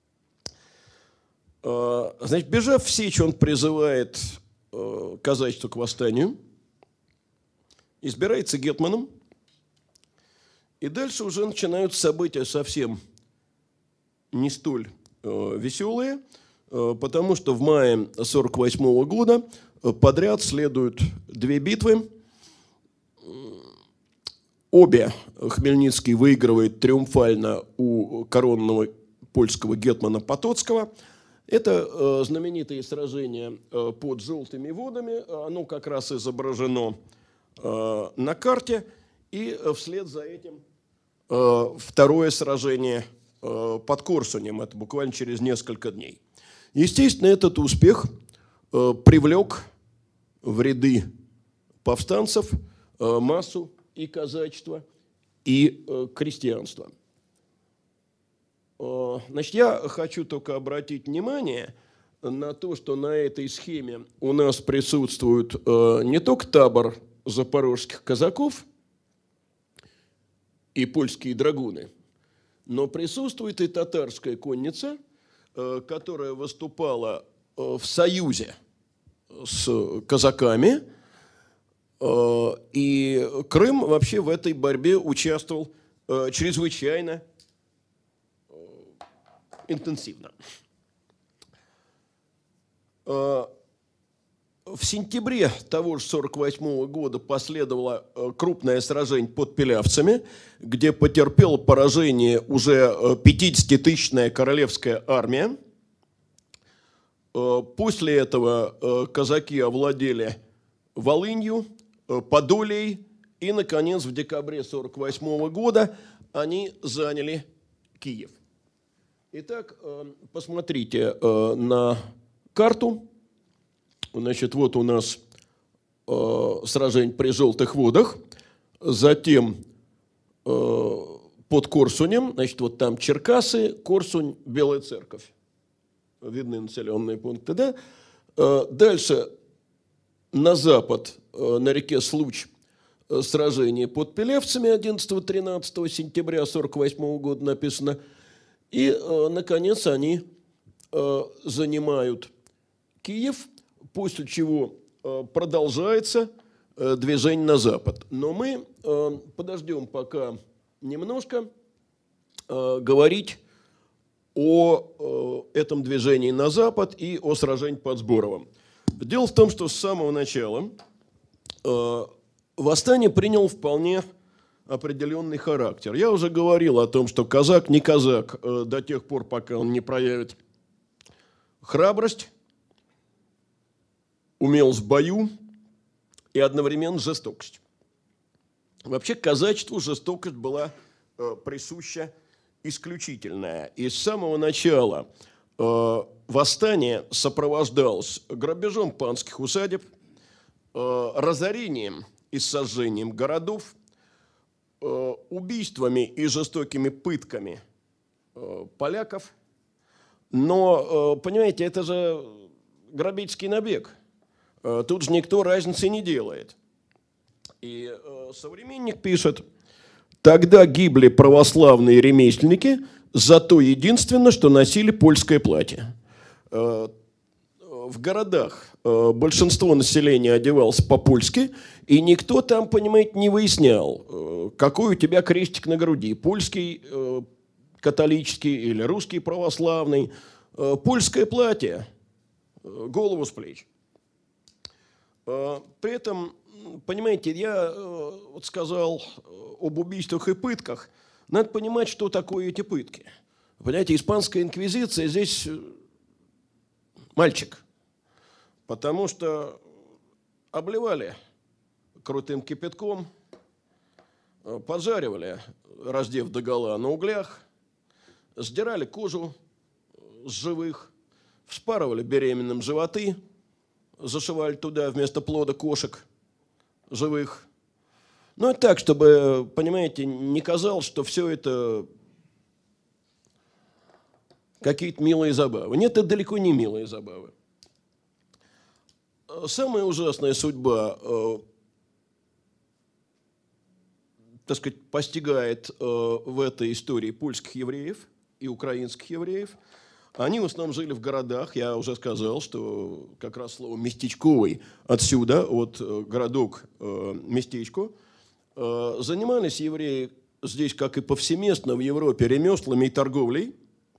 Значит, бежав в Сечь, он призывает казачество к восстанию, избирается гетманом, и дальше уже начинаются события совсем не столь веселые, потому что в мае сорок восьмого года подряд следуют две битвы. обе Хмельницкий выигрывает триумфально у коронного польского гетмана Потоцкого. Это э, знаменитое сражение э, под Желтыми водами. Оно как раз изображено э, на карте. И э, вслед за этим э, второе сражение э, под Корсунем. Это буквально через несколько дней. Естественно, этот успех э, привлек в ряды повстанцев э, массу и казачества, и э, крестьянства. Значит, я хочу только обратить внимание на то, что на этой схеме у нас присутствует э, не только табор запорожских казаков и польские драгуны, но присутствует и татарская конница, э, которая выступала э, в союзе с казаками, э, и Крым вообще в этой борьбе участвовал э, чрезвычайно интенсивно. В сентябре того же сорок восьмого года последовало крупное сражение под Пилявцами, где потерпела поражение уже пятидесятитысячная королевская армия. После этого казаки овладели Волынью, Подолией, и, наконец, в декабре сорок восьмого года они заняли Киев. Итак, посмотрите на карту. Значит, вот у нас сражение при Желтых водах. Затем под Корсунем, значит, вот там Черкасы, Корсунь, Белая Церковь. Видны населенные пункты, да? Дальше на запад, на реке Случ, сражение под Пилявцами одиннадцатого-тринадцатого сентября сорок восьмого года написано. И, э, наконец, они э, занимают Киев, после чего э, продолжается э, движение на запад. Но мы э, подождем пока немножко э, говорить о э, этом движении на запад и о сражении под Сборовым. Дело в том, что с самого начала э, восстание приняло вполне определенный характер. Я уже говорил о том, что казак не казак э, до тех пор, пока он не проявит храбрость, умелость в бою и одновременно жестокость. Вообще казачеству жестокость была э, присуща исключительная. И с самого начала э, восстание сопровождалось грабежом панских усадеб, э, разорением и сожжением городов, убийствами и жестокими пытками поляков. Но, понимаете, это же грабительский набег. Тут же никто разницы не делает. И современник пишет: тогда гибли православные ремесленники за то единственно, что носили польское платье. В городах большинство населения одевалось по-польски, и никто там, понимаете, не выяснял, какой у тебя крестик на груди, польский католический или русский православный. Польское платье, голову с плеч. При этом, понимаете, я вот сказал об убийствах и пытках. Надо понимать, что такое эти пытки. Понимаете, испанская инквизиция здесь мальчик. Потому что обливали крутым кипятком, поджаривали, раздев догола на углях, сдирали кожу с живых, вспарывали беременным животы, зашивали туда вместо плода кошек живых. Ну, так, чтобы, понимаете, не казалось, что все это какие-то милые забавы. Нет, это далеко не милые забавы. Самая ужасная судьба, э, так сказать, постигает э, в этой истории польских евреев и украинских евреев. Они в основном жили в городах. Я уже сказал, что как раз слово «местечковый» отсюда, от э, городок э, местечко. Э, занимались евреи здесь, как и повсеместно в Европе, ремеслами и торговлей.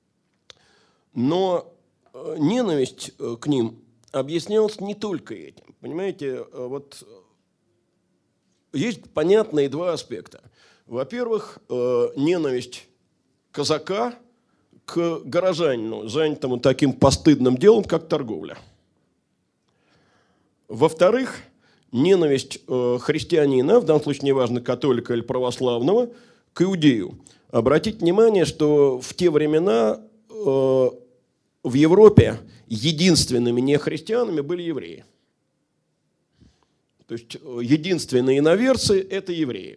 Но э, ненависть э, к ним объяснялось не только этим. Понимаете, вот есть понятные два аспекта. Во-первых, э, ненависть казака к горожанину, занятому таким постыдным делом, как торговля. Во-вторых, ненависть э, христианина, в данном случае неважно, католика или православного, к иудею. Обратите внимание, что в те времена э, в Европе единственными нехристианами были евреи. То есть единственные иноверцы – это евреи.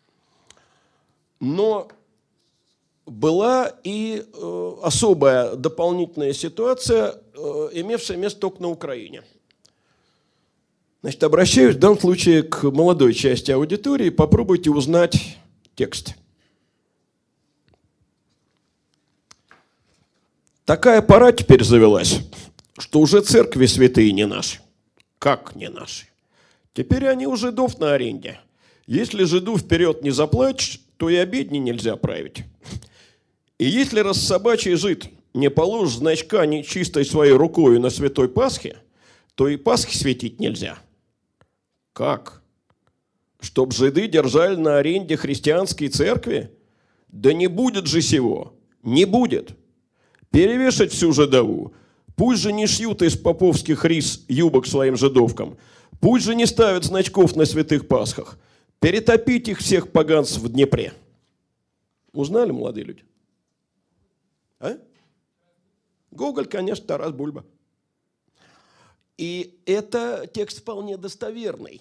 Но была и э, особая дополнительная ситуация, э, имевшая место только на Украине. Значит, обращаюсь в данном случае к молодой части аудитории, попробуйте узнать текст. Такая пора теперь завелась, что уже церкви святые не наши. Как не наши? Теперь они у жидов на аренде. Если жиду вперед не заплатишь, то и обедни нельзя править. И если рассобачий жид не положишь значка нечистой своей рукою на святой Пасхе, то и Пасхи светить нельзя. Как? Чтоб жиды держали на аренде христианские церкви? Да не будет же сего. Не будет. Перевешать всю жидову. Пусть же не шьют из поповских рис юбок своим жидовкам. Пусть же не ставят значков на святых Пасхах. Перетопить их всех поганцев в Днепре. Узнали, молодые люди? А? Гоголь, конечно, Тарас Бульба. И это текст вполне достоверный.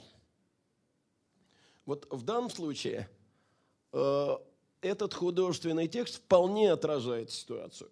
Вот в данном случае э, этот художественный текст вполне отражает ситуацию.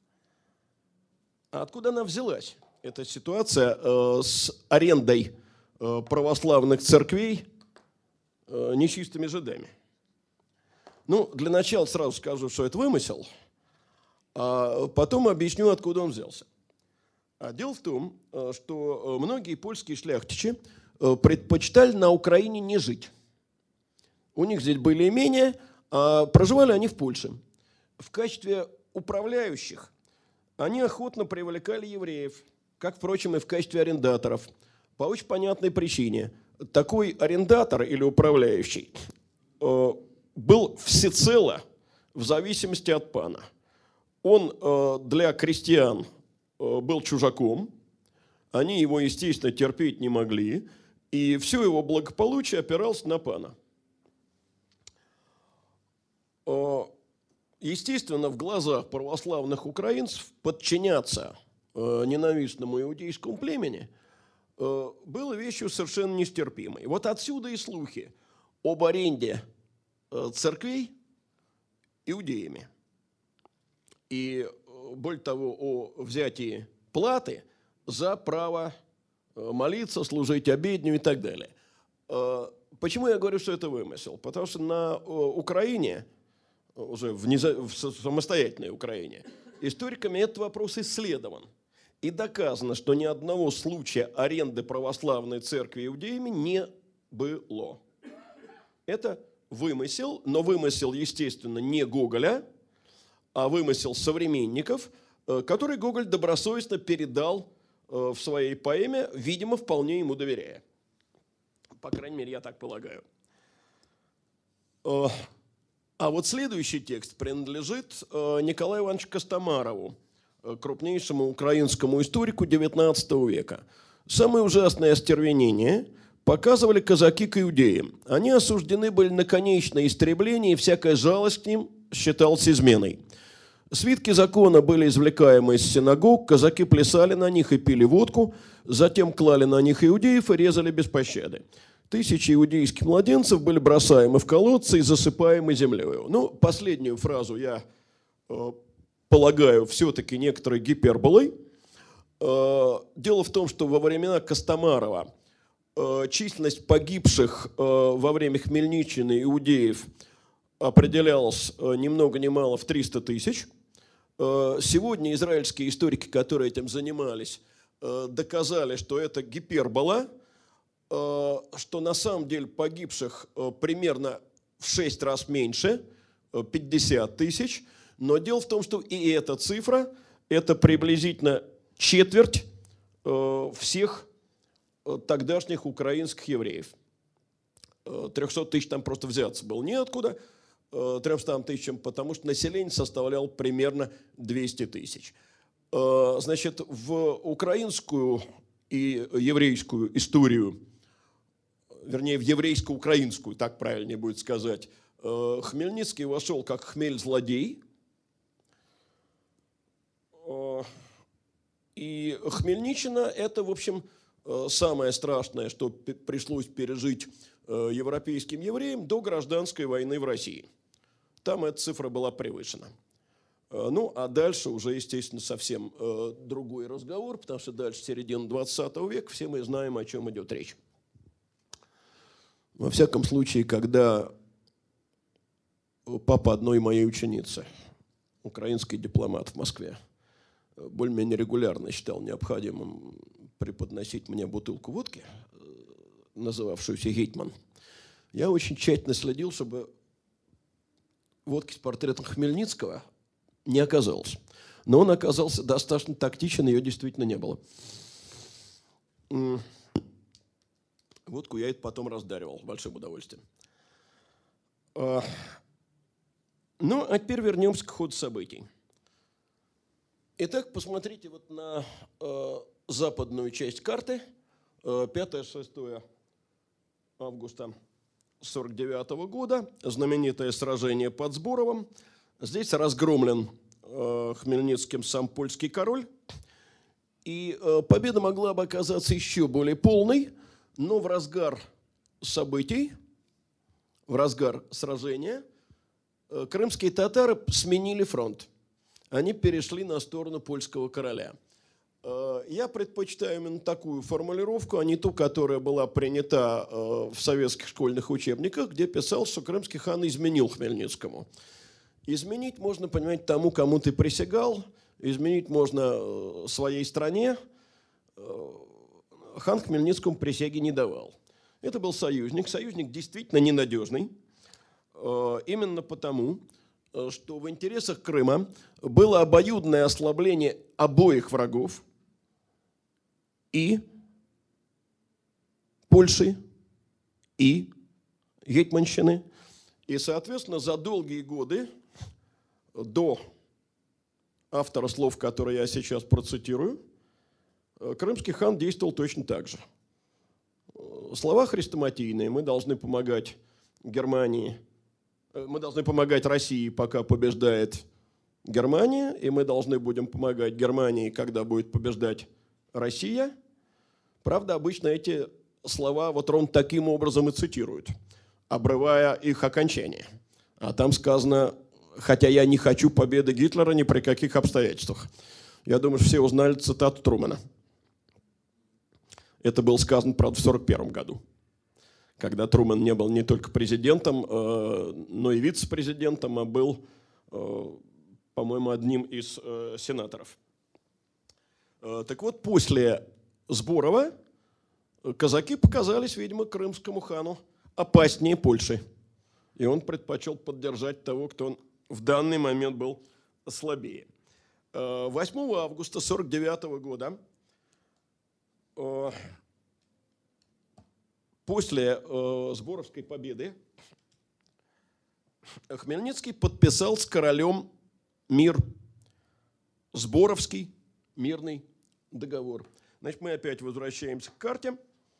А откуда она взялась? Эта ситуация э, с арендой э, православных церквей э, нечистыми жидами. Ну, для начала сразу скажу, что это вымысел, а потом объясню, откуда он взялся. А дело в том, что многие польские шляхтичи предпочитали на Украине не жить. У них здесь были имения, а проживали они в Польше. В качестве управляющих они охотно привлекали евреев, как, впрочем, и в качестве арендаторов. По очень понятной причине. Такой арендатор или управляющий был всецело в зависимости от пана. Он для крестьян был чужаком, они его, естественно, терпеть не могли, и все его благополучие опиралось на пана. Естественно, в глазах православных украинцев подчиняться ненавистному иудейскому племени было вещью совершенно нестерпимой. Вот отсюда и слухи об аренде церквей иудеями. И, более того, о взятии платы за право молиться, служить обедню и так далее. Почему я говорю, что это вымысел? Потому что на Украине, уже в, неза... в самостоятельной Украине, историками этот вопрос исследован. И доказано, что ни одного случая аренды православной церкви иудеями не было. Это вымысел, но вымысел, естественно, не Гоголя, а вымысел современников, который Гоголь добросовестно передал в своей поэме, видимо, вполне ему доверяя. По крайней мере, я так полагаю. А вот следующий текст принадлежит Николаю Ивановичу Костомарову, крупнейшему украинскому историку девятнадцатого века. Самое ужасное остервенение показывали казаки к иудеям. Они осуждены были на конечное истребление, и всякая жалость к ним считалась изменой. Свитки закона были извлекаемы из синагог, казаки плясали на них и пили водку, затем клали на них иудеев и резали без пощады. Тысячи иудейских младенцев были бросаемы в колодцы и засыпаемы землей. Ну, последнюю фразу я э, полагаю все-таки некоторой гиперболой. Э, дело в том, что во времена Костомарова э, численность погибших э, во время Хмельниччины иудеев определялась э, ни много ни мало в триста тысяч. Э, сегодня израильские историки, которые этим занимались, э, доказали, что это гипербола, э, что на самом деле погибших э, примерно в шесть раз меньше, э, пятьдесят тысяч. Но дело в том, что и эта цифра – это приблизительно четверть э, всех э, тогдашних украинских евреев. трехсот тысяч там просто взяться было неоткуда, трёмстам тысячам, потому что население составляло примерно двести тысяч. Значит, в украинскую и еврейскую историю, вернее, в еврейско-украинскую, так правильнее будет сказать, Хмельницкий вошел как хмель-злодей. И Хмельниччина – это, в общем, самое страшное, что пришлось пережить европейским евреям до гражданской войны в России. Там эта цифра была превышена. Ну, а дальше уже, естественно, совсем другой разговор, потому что дальше середина двадцатого века, все мы знаем, о чем идет речь. Во всяком случае, когда папа одной моей ученицы, украинский дипломат в Москве, более-менее регулярно считал необходимым преподносить мне бутылку водки, называвшуюся «Гетман», я очень тщательно следил, чтобы водки с портретом Хмельницкого не оказалось. Но он оказался достаточно тактичен, ее действительно не было. Водку я это потом раздаривал с большим удовольствием. Ну, а теперь вернемся к ходу событий. Итак, посмотрите вот на э, западную часть карты. пятое-шестое августа сорок девятого года. Знаменитое сражение под Сборовым. Здесь разгромлен э, Хмельницким сам польский король. И э, победа могла бы оказаться еще более полной, но в разгар событий, в разгар сражения, э, крымские татары сменили фронт. Они перешли на сторону польского короля. Я предпочитаю именно такую формулировку, а не ту, которая была принята в советских школьных учебниках, где писал, что крымский хан изменил Хмельницкому. Изменить можно, понимаете, тому, кому ты присягал, изменить можно своей стране. Хан Хмельницкому присяги не давал. Это был союзник. Союзник действительно ненадежный. Именно потому, что в интересах Крыма было обоюдное ослабление обоих врагов, и Польши, и Гетманщины. И, соответственно, за долгие годы до автора слов, которые я сейчас процитирую, крымский хан действовал точно так же. Слова хрестоматийные: мы должны помогать Германии, мы должны помогать России, пока побеждает Германия, и мы должны будем помогать Германии, когда будет побеждать Россия. Правда, обычно эти слова вот ровно таким образом и цитируют, обрывая их окончание. А там сказано: хотя я не хочу победы Гитлера ни при каких обстоятельствах. Я думаю, что все узнали цитату Трумэна. Это было сказано, правда, в сорок первом году, когда Трумэн не был не только президентом, но и вице-президентом, а был, по-моему, одним из сенаторов. Так вот, после Сборова казаки показались, видимо, крымскому хану опаснее Польши. И он предпочел поддержать того, кто он в данный момент был слабее. восьмого августа сорок девятого года, после Сборовской победы, Хмельницкий подписал с королем мир, Сборовский мирный договор. Значит, мы опять возвращаемся к карте.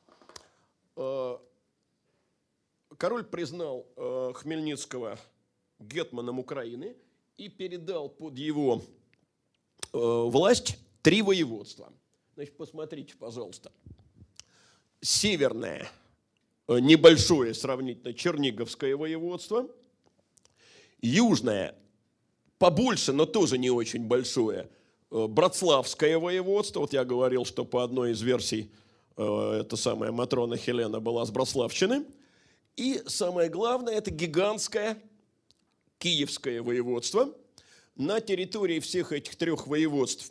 Король признал Хмельницкого гетманом Украины и передал под его власть три воеводства. Значит, посмотрите, пожалуйста. Северное, небольшое сравнительно Черниговское воеводство. Южное, побольше, но тоже не очень большое, Братславское воеводство. Вот я говорил, что по одной из версий эта самая Матрона Хелена была с Братславщины. И самое главное, это гигантское Киевское воеводство. На территории всех этих трех воеводств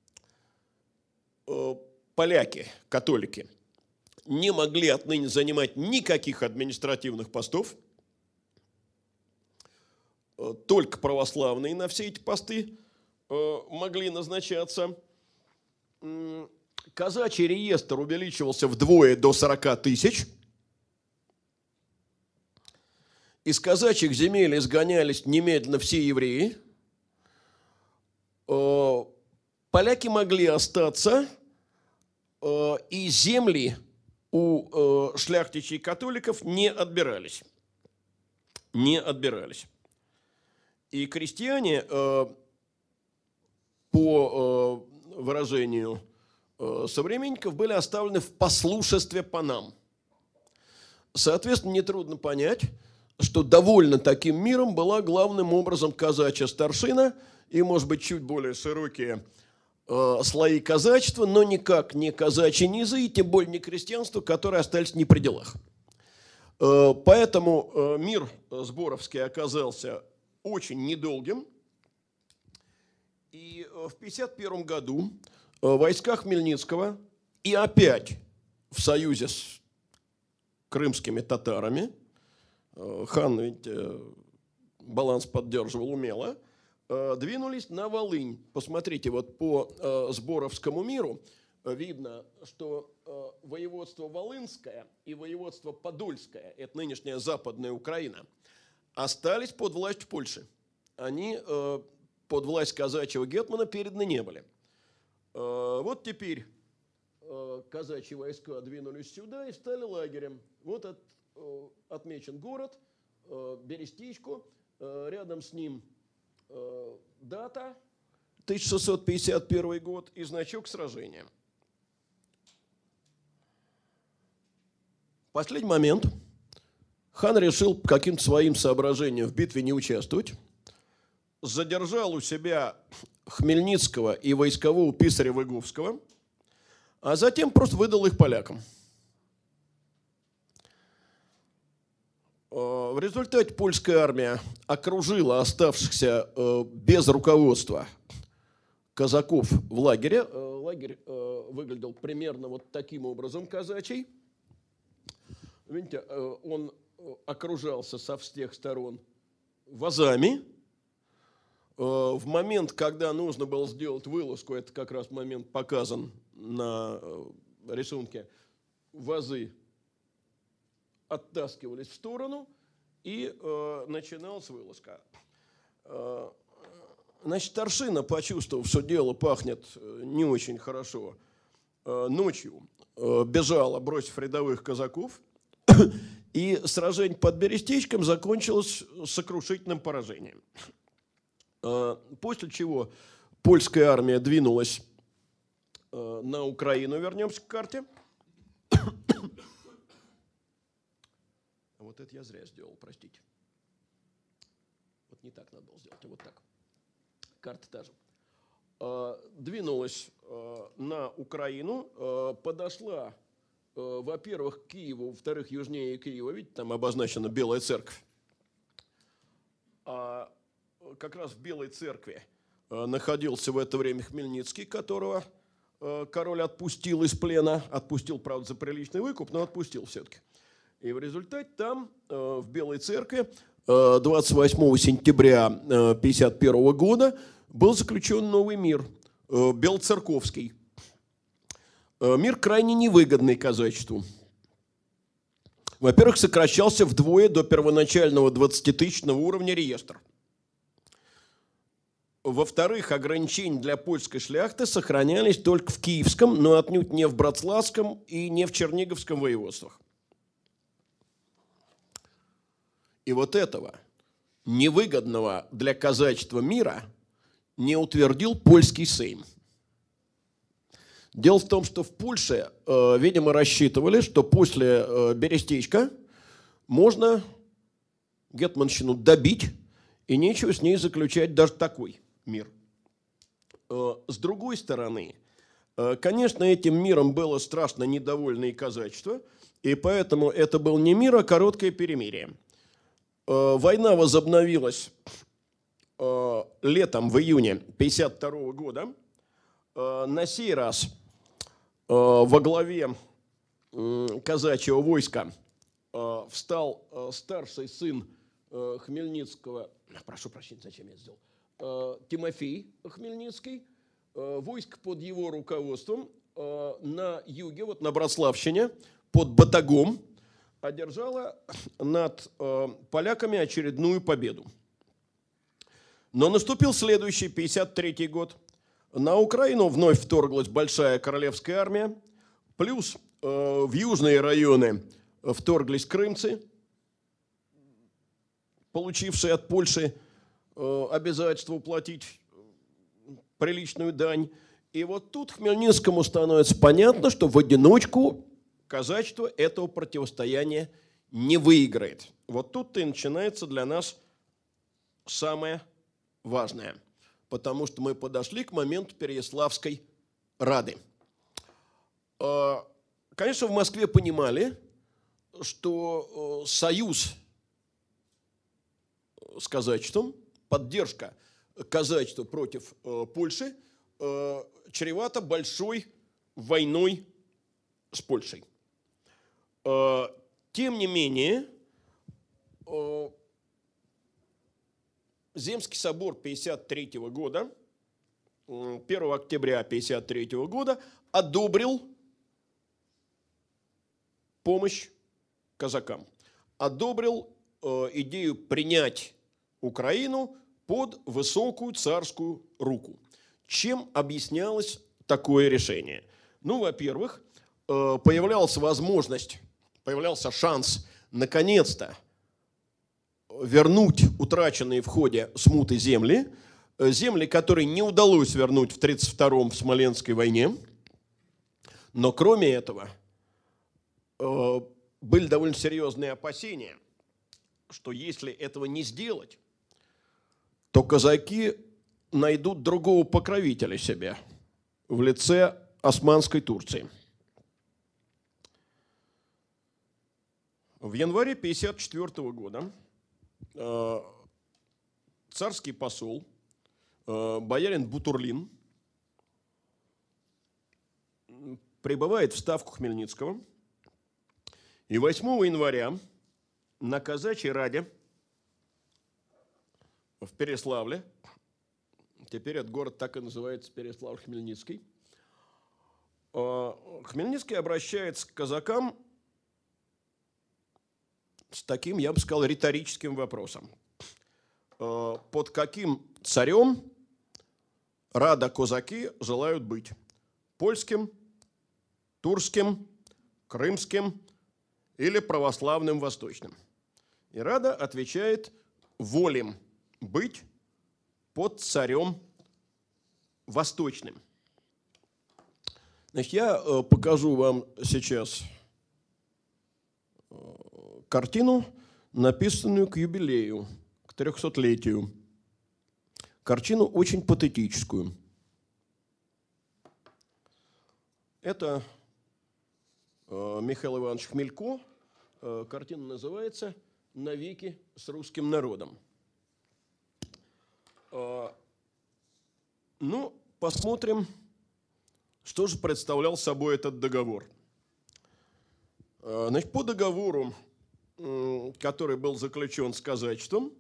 поляки, католики, не могли отныне занимать никаких административных постов. Только православные на все эти посты могли назначаться. Казачий реестр увеличивался вдвое до сорока тысяч. из казачьих земель изгонялись немедленно все евреи. Поляки могли остаться, и земли у шляхтичей и католиков не отбирались. Не отбирались. И крестьяне, по выражению современников, были оставлены в послушестве панам. Соответственно, нетрудно понять, что довольно таким миром была главным образом казачья старшина и, может быть, чуть более широкие э, слои казачества, но никак не казачьи низы, и тем более не крестьянство, которые остались не при делах. Э, поэтому э, мир Сборовский оказался очень недолгим. И э, в пятьдесят первом году э, войска Хмельницкого и опять в союзе с крымскими татарами, э, хан ведь э, баланс поддерживал умело, двинулись на Волынь. Посмотрите, вот по э, Сборовскому миру э, видно, что э, воеводство Волынское и воеводство Подольское, это нынешняя Западная Украина, остались под властью Польши. Они э, под власть казачьего гетмана переданы не были. Э, вот теперь э, казачьи войска двинулись сюда и стали лагерем. Вот от, э, отмечен город, э, Берестичко, э, рядом с ним дата тысяча шестьсот пятьдесят первый год и значок сражения. В последний момент хан решил по каким-то своим соображениям в битве не участвовать, задержал у себя Хмельницкого и войскового писаря Выговского, а затем просто выдал их полякам. В результате польская армия окружила оставшихся без руководства казаков в лагере. Лагерь выглядел примерно вот таким образом казачий. Видите, он окружался со всех сторон вазами. В момент, когда нужно было сделать вылазку, это как раз момент показан на рисунке, вазы оттаскивались в сторону, и э, начиналась вылазка. Э, значит, старшина, почувствовав, что дело пахнет не очень хорошо, э, ночью э, бежала, бросив рядовых казаков, и сражение под Берестичком закончилось сокрушительным поражением. Э, после чего польская армия двинулась э, на Украину, вернемся к карте. Вот это я зря сделал, простите. Вот не так надо было сделать, а вот так. Карта та же. Двинулась на Украину, подошла, во-первых, к Киеву, во-вторых, южнее Киева, видите, там обозначена Белая Церковь. А как раз в Белой Церкви находился в это время Хмельницкий, которого король отпустил из плена, отпустил, правда, за приличный выкуп, но отпустил все-таки. И в результате там, в Белой Церкви, двадцать восьмого сентября тысяча девятьсот пятьдесят первого года был заключен новый мир, Белоцерковский. Мир крайне невыгодный казачеству. Во-первых, сокращался вдвое до первоначального двадцатитысячного уровня реестр. Во-вторых, ограничения для польской шляхты сохранялись только в Киевском, но отнюдь не в Братславском и не в Черниговском воеводствах. И вот этого невыгодного для казачества мира не утвердил польский сейм. Дело в том, что в Польше, э, видимо, рассчитывали, что после э, Берестичка можно гетманщину добить, и нечего с ней заключать даже такой мир. Э, с другой стороны, э, конечно, этим миром было страшно недовольно и казачество, и поэтому это был не мир, а короткое перемирие. Война возобновилась э, летом, в июне тысяча девятьсот пятьдесят второго года. Э, на сей раз э, во главе э, казачьего войска э, встал э, старший сын э, Хмельницкого, прошу прощения, зачем я это сделал, э, Тимофей Хмельницкий. Э, войско под его руководством э, на юге, вот на Братславщине, под Батагом, одержала над э, поляками очередную победу. Но наступил следующий, пятьдесят третий год. На Украину вновь вторглась большая королевская армия, плюс э, в южные районы вторглись крымцы, получившие от Польши э, обязательство уплатить приличную дань. И вот тут Хмельницкому становится понятно, что в одиночку казачество этого противостояния не выиграет. Вот тут-то и начинается для нас самое важное, потому что мы подошли к моменту Переяславской Рады. Конечно, в Москве понимали, что союз с казачеством, поддержка казачества против Польши чревата большой войной с Польшей. Тем не менее, Земский собор пятьдесят третьего года, первого октября пятьдесят третьего года, одобрил помощь казакам, одобрил идею принять Украину под высокую царскую руку. Чем объяснялось такое решение? Ну, во-первых, появлялась возможность, появлялся шанс наконец-то вернуть утраченные в ходе смуты земли, земли, которые не удалось вернуть в тридцать втором в Смоленской войне. Но кроме этого были довольно серьезные опасения, что если этого не сделать, то казаки найдут другого покровителя себе в лице Османской Турции. В январе пятьдесят четвёртого года э, царский посол, э, боярин Бутурлин, прибывает в ставку Хмельницкого, и восьмого января на казачьей раде в Переславле, теперь этот город так и называется Переславль-Хмельницкий, э, Хмельницкий обращается к казакам с таким, я бы сказал, риторическим вопросом. Под каким царем рада казаки желают быть? Польским, турским, крымским или православным восточным? И рада отвечает: волим быть под царем восточным. Значит, я покажу вам сейчас картину, написанную к юбилею, к трехсотлетию. Картину очень патетическую. Это э, Михаил Иванович Хмелько. Э, картина называется «Навеки с русским народом». Э, ну, посмотрим, что же представлял собой этот договор. Э, значит, по договору, который был заключен с казачеством,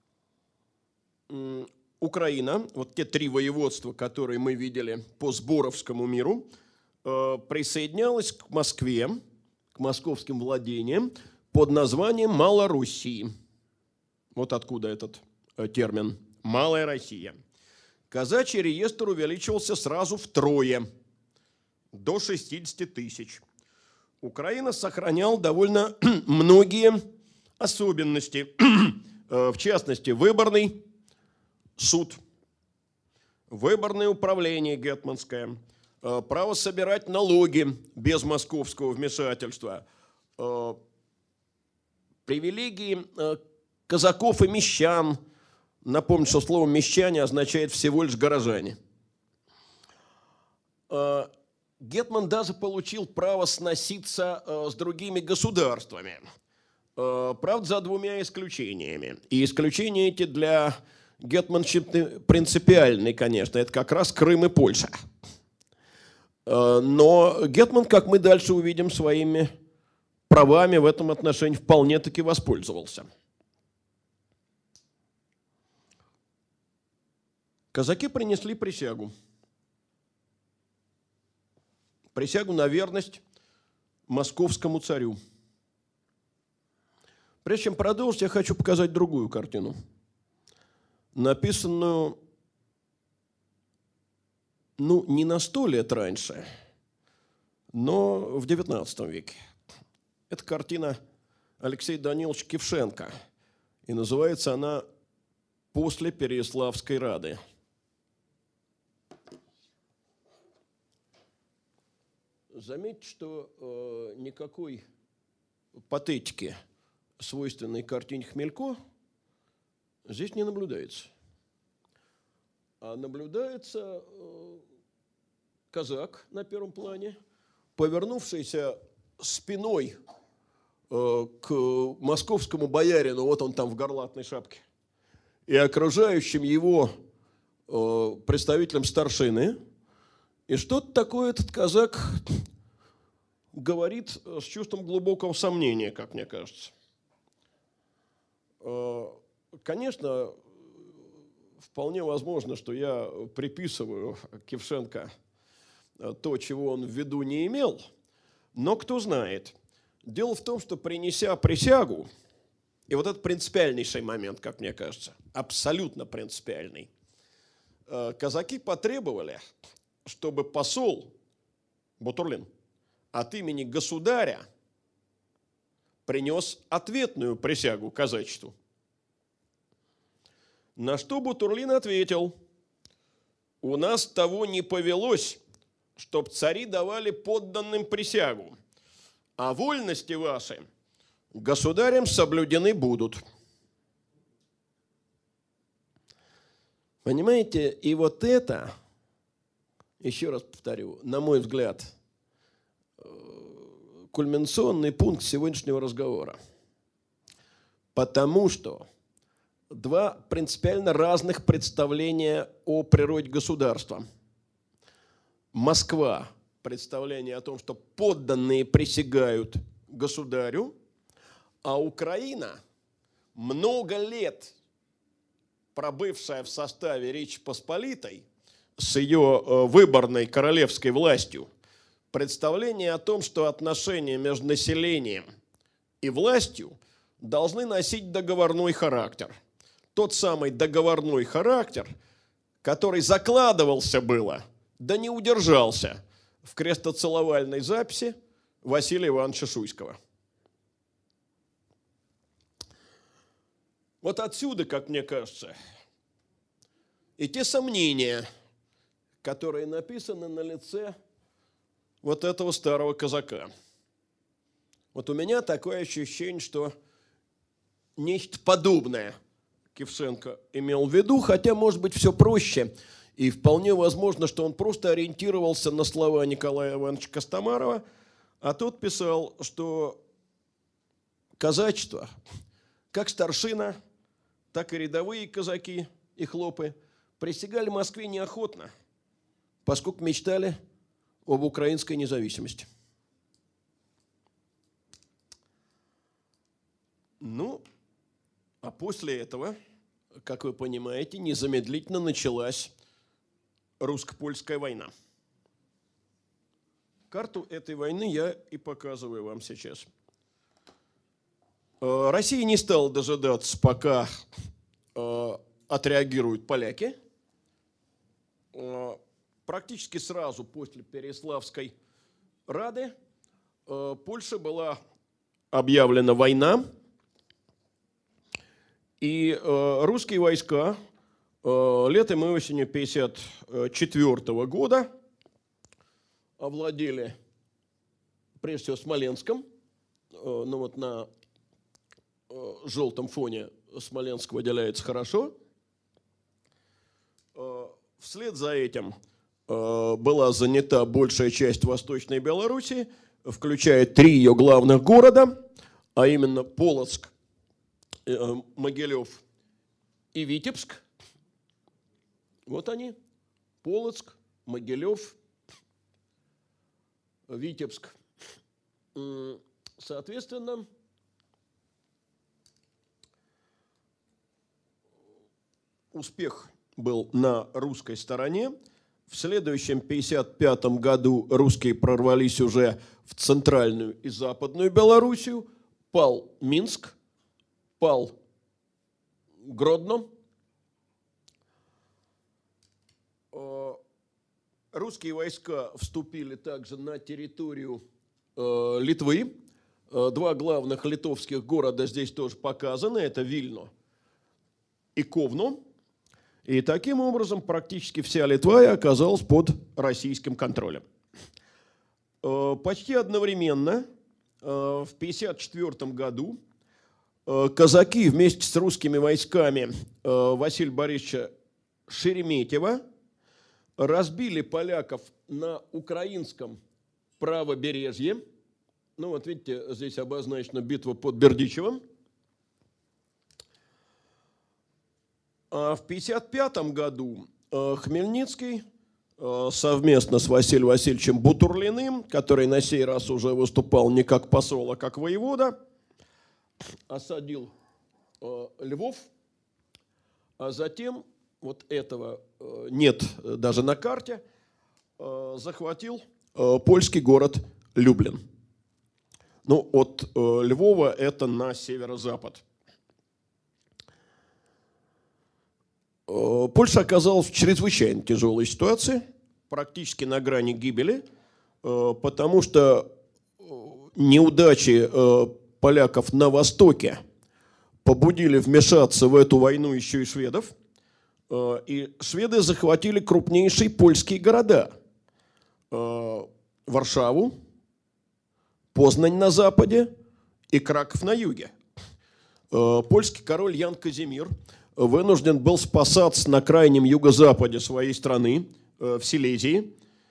Украина, вот те три воеводства, которые мы видели по Сборовскому миру, присоединялась к Москве, к московским владениям под названием Малороссии. Вот откуда этот термин «Малая Россия». Казачий реестр увеличивался сразу втрое, до шестидесяти тысяч. Украина сохраняла довольно многие особенности, в частности, выборный суд, выборное управление гетманское, право собирать налоги без московского вмешательства, привилегии казаков и мещан. Напомню, что слово «мещане» означает всего лишь горожане. Гетман даже получил право сноситься э, с другими государствами. Э, правда, за двумя исключениями. И исключения эти для гетманщины принципиальные, конечно. Это как раз Крым и Польша. Э, но гетман, как мы дальше увидим, своими правами в этом отношении вполне-таки воспользовался. Казаки принесли присягу. Присягу на верность московскому царю. Прежде чем продолжить, я хочу показать другую картину, написанную, ну, не на сто лет раньше, но в девятнадцатом веке. Это картина Алексея Даниловича Кившенко, и называется она «После Переяславской Рады». Заметьте, что э, никакой патетики, свойственной картине Хмелько, здесь не наблюдается. А наблюдается э, казак на первом плане, повернувшийся спиной э, к московскому боярину, вот он там в горлатной шапке, и окружающим его э, представителям старшины. И что-то такое этот казак говорит с чувством глубокого сомнения, как мне кажется. Конечно, вполне возможно, что я приписываю Кившенко то, чего он в виду не имел, но кто знает. Дело в том, что, принеся присягу, и вот это принципиальнейший момент, как мне кажется, абсолютно принципиальный, казаки потребовали, чтобы посол Бутурлин от имени государя принес ответную присягу казачеству. На что Бутурлин ответил: у нас того не повелось, чтоб цари давали подданным присягу, а вольности ваши государем соблюдены будут. Понимаете, и вот это, еще раз повторю, на мой взгляд, кульминационный пункт сегодняшнего разговора. Потому что два принципиально разных представления о природе государства. Москва – представление о том, что подданные присягают государю, а Украина, много лет пробывшая в составе Речи Посполитой, с ее выборной королевской властью, представление о том, что отношения между населением и властью должны носить договорной характер. Тот самый договорной характер, который закладывался было, да не удержался в крестоцеловальной записи Василия Ивановича Шуйского. Вот отсюда, как мне кажется, и те сомнения, которые написаны на лице вот этого старого казака. Вот у меня такое ощущение, что нечто подобное Кившенко имел в виду, хотя, может быть, все проще. И вполне возможно, что он просто ориентировался на слова Николая Ивановича Костомарова, а тот писал, что казачество, как старшина, так и рядовые казаки и хлопы, присягали Москве неохотно, поскольку мечтали об украинской независимости. Ну, а после этого, как вы понимаете, незамедлительно началась русско-польская война. Карту этой войны я и показываю вам сейчас. Россия не стала дожидаться, пока отреагируют поляки. Практически сразу после Переяславской Рады Польше была объявлена война, и русские войска летом и осенью тысяча девятьсот пятьдесят четвёртого года овладели прежде всего Смоленском. Ну вот на желтом фоне Смоленск выделяется хорошо. Вслед за этим была занята большая часть Восточной Белоруссии, включая три ее главных города, а именно Полоцк, Могилев и Витебск. Вот они, Полоцк, Могилев, Витебск. Соответственно, успех был на русской стороне. В следующем пятьдесят пятом году русские прорвались уже в центральную и западную Белоруссию. Пал Минск, пал Гродно. Русские войска вступили также на территорию э, Литвы. Э, два главных литовских города здесь тоже показаны. Это Вильно и Ковно. И таким образом практически вся Литва оказалась под российским контролем. Э, почти одновременно, э, в тысяча девятьсот пятьдесят четвёртом году, э, казаки вместе с русскими войсками э, Василия Борисовича Шереметьева разбили поляков на украинском правобережье. Ну вот видите, здесь обозначена битва под Бердичевым. А в тысяча девятьсот пятьдесят пятом году Хмельницкий совместно с Василием Васильевичем Бутурлиным, который на сей раз уже выступал не как посол, а как воевода, осадил Львов, а затем вот этого нет даже на карте, захватил польский город Люблин. Ну, от Львова это на северо-запад. Польша оказалась в чрезвычайно тяжелой ситуации, практически на грани гибели, потому что неудачи поляков на Востоке побудили вмешаться в эту войну еще и шведов. И шведы захватили крупнейшие польские города. Варшаву, Познань на западе и Краков на юге. Польский король Ян Казимир вынужден был спасаться на крайнем юго-западе своей страны, в Силезии.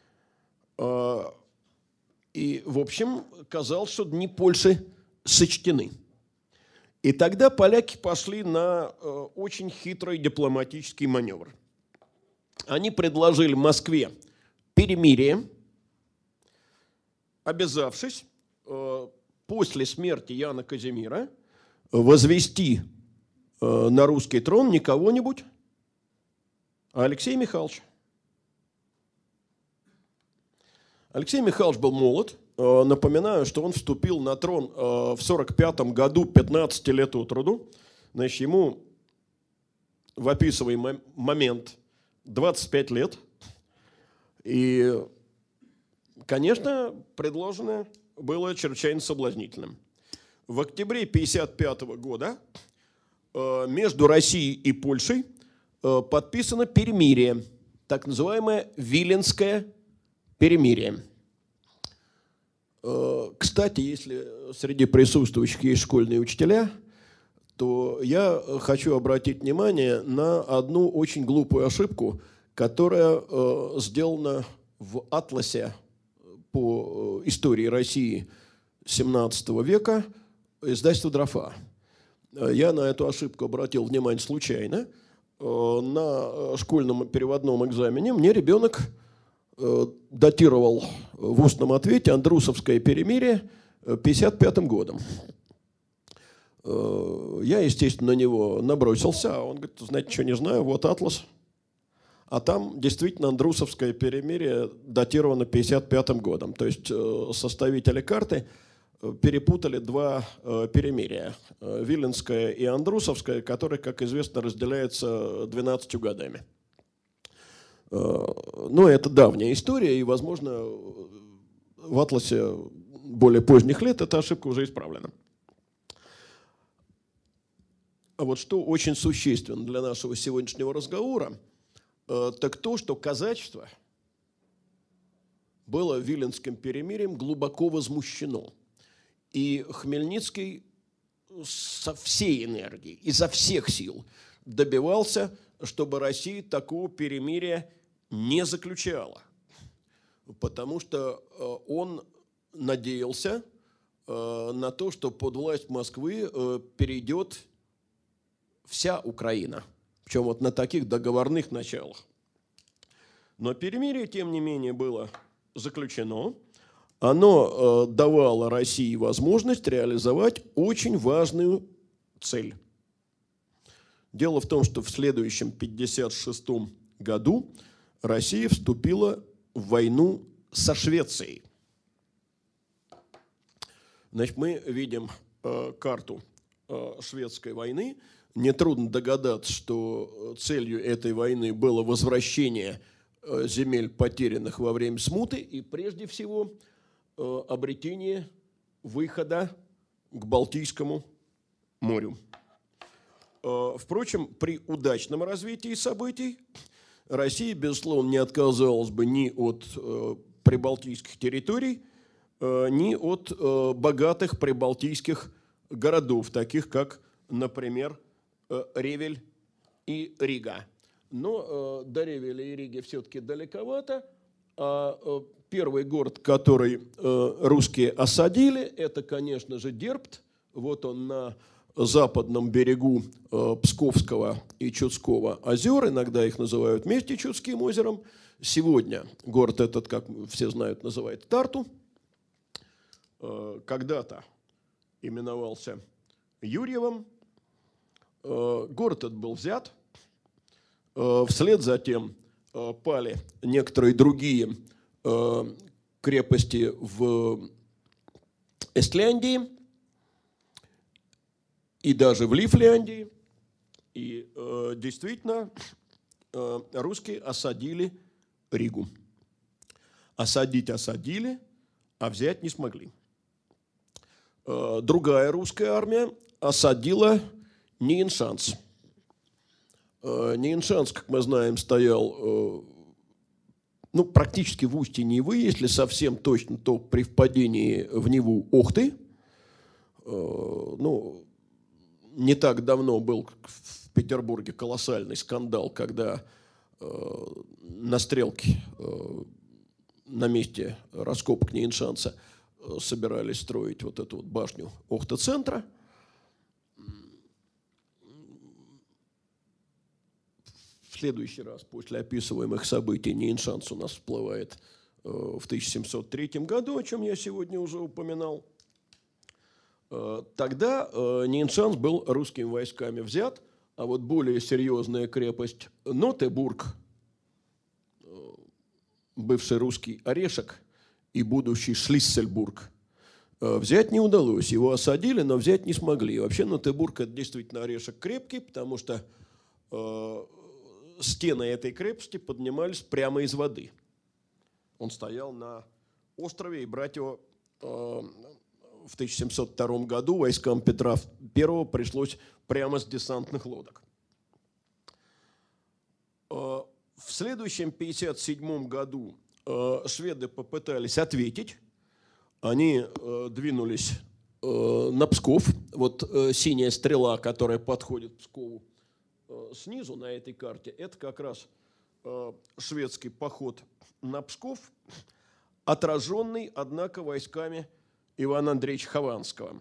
И, в общем, казалось, что дни Польши сочтены. И тогда поляки пошли на очень хитрый дипломатический маневр. Они предложили Москве перемирие, обязавшись после смерти Яна Казимира возвести на русский трон не кого-нибудь, а Алексея Михайловича. Алексей Михайлович был молод. Напоминаю, что он вступил на трон в сорок пятом году, пятнадцать лет от роду. Значит, ему в описываемый момент двадцать пять лет. И, конечно, предложенное было чрезвычайно соблазнительным. В октябре пятьдесят пятого года между Россией и Польшей подписано перемирие, так называемое Виленское перемирие. Кстати, если среди присутствующих есть школьные учителя, то я хочу обратить внимание на одну очень глупую ошибку, которая сделана в атласе по истории России семнадцатого века издательства «Дрофа». Я на эту ошибку обратил внимание случайно. На школьном переводном экзамене мне ребенок датировал в устном ответе Андрусовское перемирие пятьдесят пятым годом. Я, естественно, на него набросился, а он говорит: знаете, что не знаю, вот атлас. А там действительно Андрусовское перемирие датировано пятьдесят пятым годом. То есть составители карты перепутали два перемирия. Виленское и Андрусовское, которые, как известно, разделяются двенадцатью годами. Но это давняя история, и, возможно, в атласе более поздних лет эта ошибка уже исправлена. А вот что очень существенно для нашего сегодняшнего разговора, так то, что казачество было Виленским перемирием глубоко возмущено. И Хмельницкий со всей энергией, изо всех сил добивался, чтобы Россия такого перемирия не заключала. Потому что он надеялся на то, что под власть Москвы перейдет вся Украина. Причем вот на таких договорных началах. Но перемирие, тем не менее, было заключено. Оно давало России возможность реализовать очень важную цель. Дело в том, что в следующем пятьдесят шестом году Россия вступила в войну со Швецией. Значит, мы видим э, карту шведской войны. Нетрудно догадаться, что целью этой войны было возвращение земель, потерянных во время смуты, и прежде всего обретение выхода к Балтийскому морю. Впрочем, при удачном развитии событий Россия, безусловно, не отказалась бы ни от прибалтийских территорий, ни от богатых прибалтийских городов, таких как, например, Ревель и Рига. Но до Ревеля и Риги все-таки далековато. А первый город, который русские осадили, это, конечно же, Дербт. Вот он на западном берегу Псковского и Чудского озер. Иногда их называют вместе Чудским озером. Сегодня город этот, как все знают, называют Тарту. Когда-то именовался Юрьевым. Город этот был взят. Вслед за тем пали некоторые другие крепости в Эстляндии и даже в Лифляндии. И действительно русские осадили Ригу. Осадить осадили, а взять не смогли. Другая русская армия осадила Нейншанс. Нейншанс, как мы знаем, стоял ну, практически в устье Невы, если совсем точно, то при впадении в Неву Охты. Ну, не так давно был в Петербурге колоссальный скандал, когда на стрелке на месте раскопок Нейншанса собирались строить вот эту вот башню Охта-центра. В следующий раз после описываемых событий Нейншанс у нас всплывает в тысяча семьсот третьем году, о чем я сегодня уже упоминал. Тогда Нейншанс был русскими войсками взят, а вот более серьезная крепость Нотебург, бывший русский Орешек и будущий Шлиссельбург, взять не удалось. Его осадили, но взять не смогли. Вообще Нотебург – это действительно Орешек крепкий, потому что стены этой крепости поднимались прямо из воды. Он стоял на острове, и брать его э, в тысяча семьсот втором году войскам Петра Первого пришлось прямо с десантных лодок. Э, в следующем пятьдесят седьмом году э, шведы попытались ответить. Они э, двинулись э, на Псков. Вот э, синяя стрела, которая подходит к Пскову, снизу на этой карте, это как раз э, шведский поход на Псков, отраженный, однако, войсками Ивана Андреевича Хованского.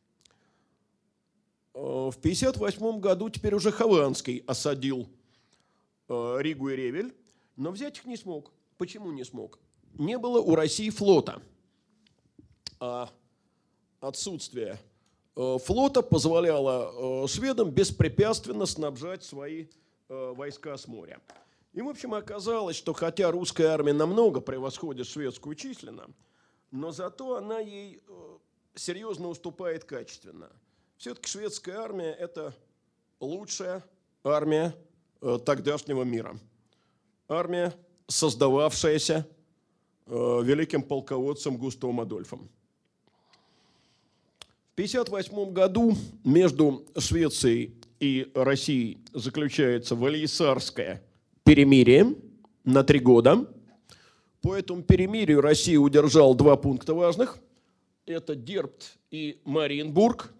Э, в пятьдесят восьмом году теперь уже Хованский осадил э, Ригу и Ревель, но взять их не смог. Почему не смог? Не было у России флота. А отсутствие флота позволяло шведам беспрепятственно снабжать свои войска с моря. И, в общем, оказалось, что хотя русская армия намного превосходит шведскую численно, но зато она ей серьезно уступает качественно. Все-таки шведская армия – это лучшая армия тогдашнего мира. Армия, создававшаяся великим полководцем Густавом Адольфом. В тысяча девятьсот пятьдесят восьмом году между Швецией и Россией заключается Валейсарское перемирие на три года. По этому перемирию Россия удержала два пункта важных. Это Дербт и Мариенбург.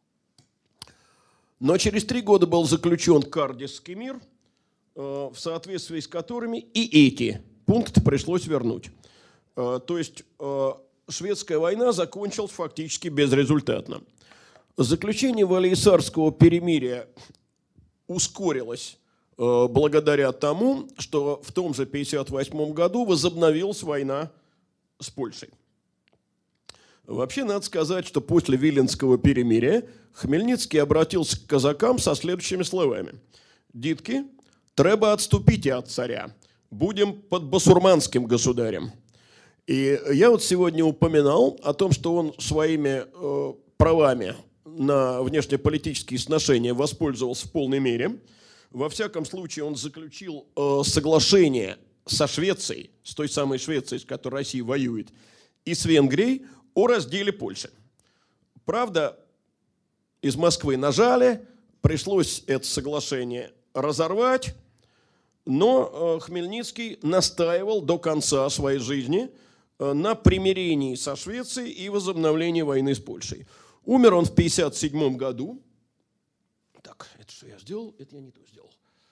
Но через три года был заключен Кардисский мир, в соответствии с которыми и эти пункты пришлось вернуть. То есть шведская война закончилась фактически безрезультатно. Заключение Валейсарского перемирия ускорилось э, благодаря тому, что в том же тысяча девятьсот пятьдесят восьмом году возобновилась война с Польшей. Вообще, надо сказать, что после Виленского перемирия Хмельницкий обратился к казакам со следующими словами. «Дитки, треба отступите от царя, будем под басурманским государем». И я вот сегодня упоминал о том, что он своими э, правами на внешнеполитические сношения воспользовался в полной мере. Во всяком случае, он заключил э, соглашение со Швецией, с той самой Швецией, с которой Россия воюет, и с Венгрией о разделе Польши. Правда, из Москвы нажали, пришлось это соглашение разорвать, но э, Хмельницкий настаивал до конца своей жизни э, на примирении со Швецией и возобновлении войны с Польшей. Умер он в пятьдесят седьмом году. Так, это что я сделал? Это я не то сделал.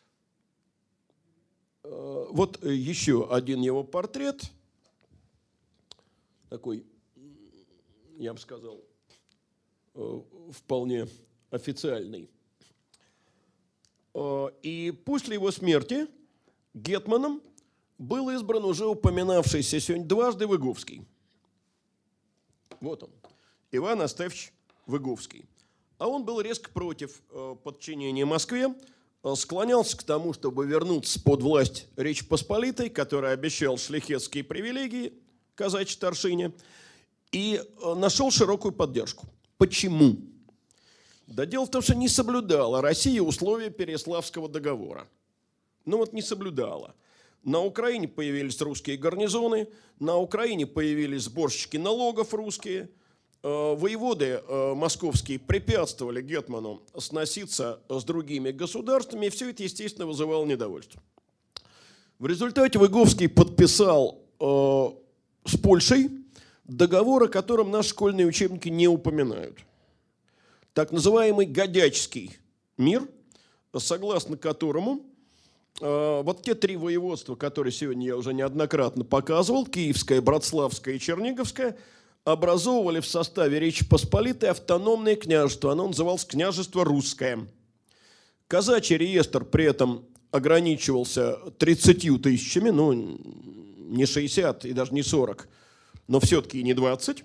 Э, вот еще один его портрет. Такой, я бы сказал, э, вполне официальный. Э, и после его смерти гетманом был избран уже упоминавшийся сегодня дважды Выговский. Вот он, Иван Астафьевич Выговский. А он был резко против э, подчинения Москве, э, склонялся к тому, чтобы вернуться под власть Речи Посполитой, который обещал шляхетские привилегии казачьей старшине, и э, нашел широкую поддержку. Почему? Да дело в том, что не соблюдала Россия условия Переяславского договора. Ну вот не соблюдала. На Украине появились русские гарнизоны, на Украине появились сборщики налогов русские, воеводы московские препятствовали гетману сноситься с другими государствами, и все это, естественно, вызывало недовольство. В результате Выговский подписал э, с Польшей договор, о котором наши школьные учебники не упоминают. Так называемый Годячский мир, согласно которому э, вот те три воеводства, которые сегодня я уже неоднократно показывал, Киевское, Братславское и Черниговское, образовывали в составе Речи Посполитой автономное княжество. Оно называлось княжество Русское. Казачий реестр при этом ограничивался тридцатью тысячами, ну не шестьдесят и даже не сорок, но все-таки не двадцать.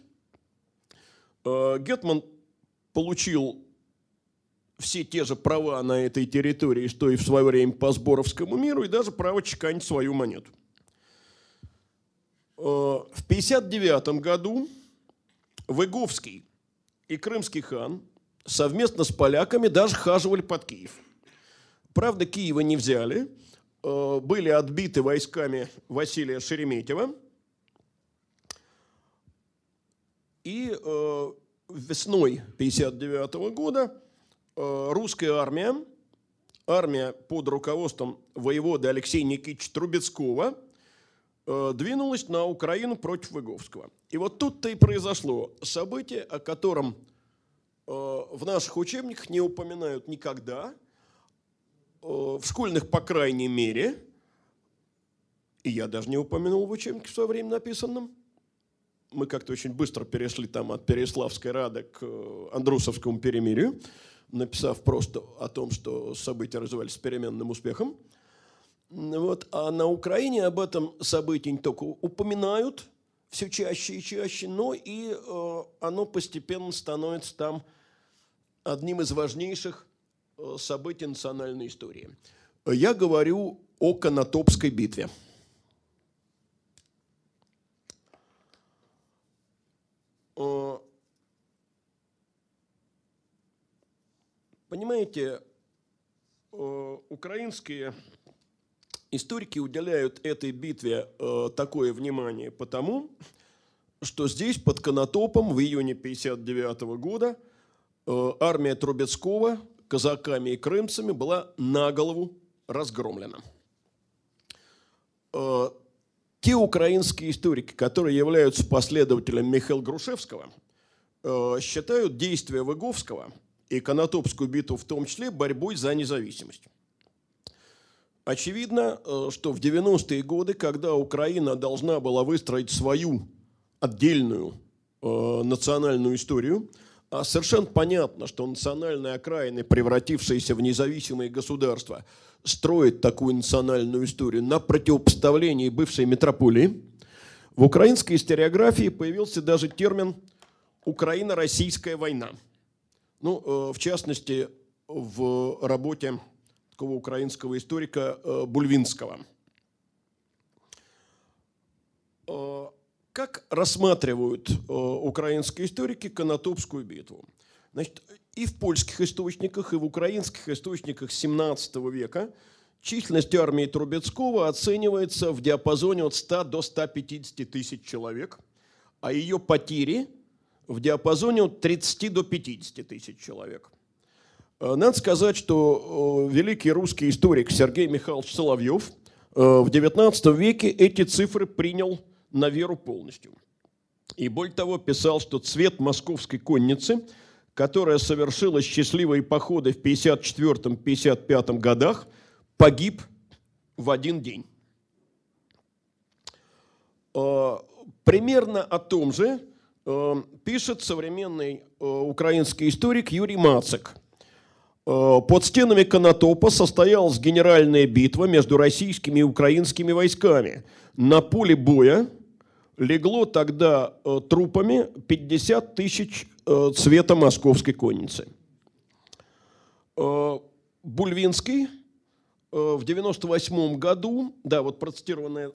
Гетман получил все те же права на этой территории, что и в свое время по Сборовскому миру, и даже право чеканить свою монету. В пятьдесят девятом году Выговский и крымский хан совместно с поляками даже хаживали под Киев. Правда, Киева не взяли, были отбиты войсками Василия Шереметьева. И весной пятьдесят девятого года русская армия, армия под руководством воевода Алексея Никитича Трубецкого, двинулась на Украину против Выговского. И вот тут-то и произошло событие, о котором в наших учебниках не упоминают никогда, в школьных, по крайней мере, и я даже не упомянул в учебнике в свое время написанном. Мы как-то очень быстро перешли там от Переяславской Рады к Андрусовскому перемирию, написав просто о том, что события развивались с переменным успехом. Вот. А на Украине об этом событии не только упоминают все чаще и чаще, но и э, оно постепенно становится там одним из важнейших э, событий национальной истории. Я говорю о Конотопской битве. Э, понимаете, э, украинские историки уделяют этой битве э, такое внимание потому, что здесь, под Конотопом, в июне пятьдесят девятого года э, армия Трубецкого казаками и крымцами была на голову разгромлена. Э, те украинские историки, которые являются последователями Михаила Грушевского, э, считают действия Выговского и Конотопскую битву в том числе борьбой за независимость. Очевидно, что в девяностые годы, когда Украина должна была выстроить свою отдельную э, национальную историю, а совершенно понятно, что национальные окраины, превратившиеся в независимые государства, строят такую национальную историю на противопоставлении бывшей метрополии, в украинской историографии появился даже термин «Украино-российская война». Ну, э, в частности, в работе украинского историка э, Бульвинского. Э, как рассматривают э, украинские историки Конотопскую битву? Значит, и в польских источниках, и в украинских источниках семнадцатого века численность армии Трубецкого оценивается в диапазоне от ста до ста пятидесяти тысяч человек, а ее потери в диапазоне от тридцати до пятидесяти тысяч человек. Надо сказать, что великий русский историк Сергей Михайлович Соловьев в девятнадцатом веке эти цифры принял на веру полностью. И более того, писал, что цвет московской конницы, которая совершила счастливые походы в пятьдесят четвёртом — пятьдесят пятом годах, погиб в один день. Примерно о том же пишет современный украинский историк Юрий Мацик. Под стенами Конотопа состоялась генеральная битва между российскими и украинскими войсками. На поле боя легло тогда трупами пятьдесят тысяч цвета московской конницы. Бульвинский в девяносто восьмом году, да, вот процитированная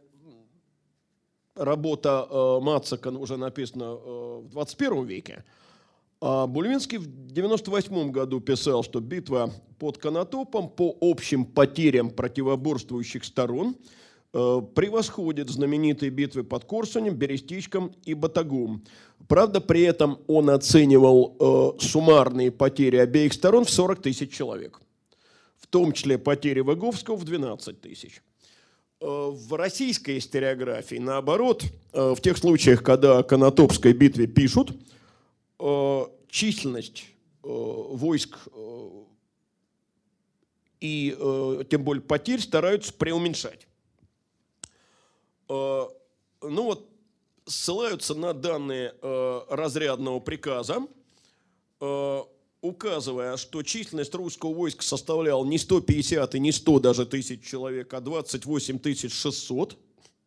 работа Мацика уже написана в двадцать первом веке, а Бульвинский в девяносто восьмом году писал, что битва под Конотопом по общим потерям противоборствующих сторон превосходит знаменитые битвы под Корсунем, Берестичком и Батагом. Правда, при этом он оценивал э, суммарные потери обеих сторон в сорок тысяч человек, в том числе потери Выговского в двенадцать тысяч. Э, в российской историографии, наоборот, э, в тех случаях, когда о Конотопской битве пишут, э, численность э, войск э, и э, тем более потерь стараются преуменьшать. Ну вот, ссылаются на данные э, разрядного приказа, э, указывая, что численность русского войска составляла не сто пятьдесят и не сто даже тысяч человек, а двадцать восемь тысяч шестьсот.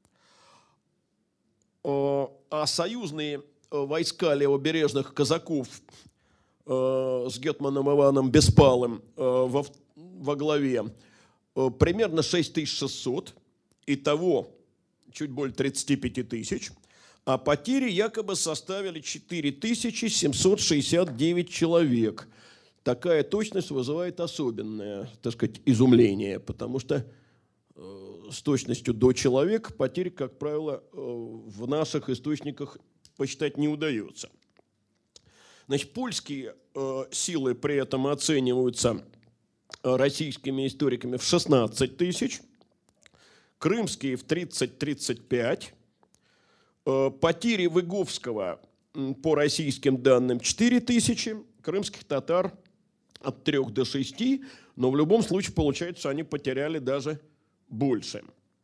Э, а союзные войска левобережных казаков э, с гетманом Иваном Беспалым э, во, во главе э, примерно шесть тысяч шестьсот. Итого чуть более тридцати пяти тысяч, а потери якобы составили четыре тысячи семьсот шестьдесят девять человек. Такая точность вызывает особенное, так сказать, изумление, потому что э, с точностью до человека потери, как правило, э, в наших источниках посчитать не удается. Значит, польские э, силы при этом оцениваются российскими историками в шестнадцать тысяч, крымские в тридцать — тридцать пять, потери Выговского по российским данным четыре тысячи, крымских татар от трёх до шести, но в любом случае, получается, они потеряли даже больше.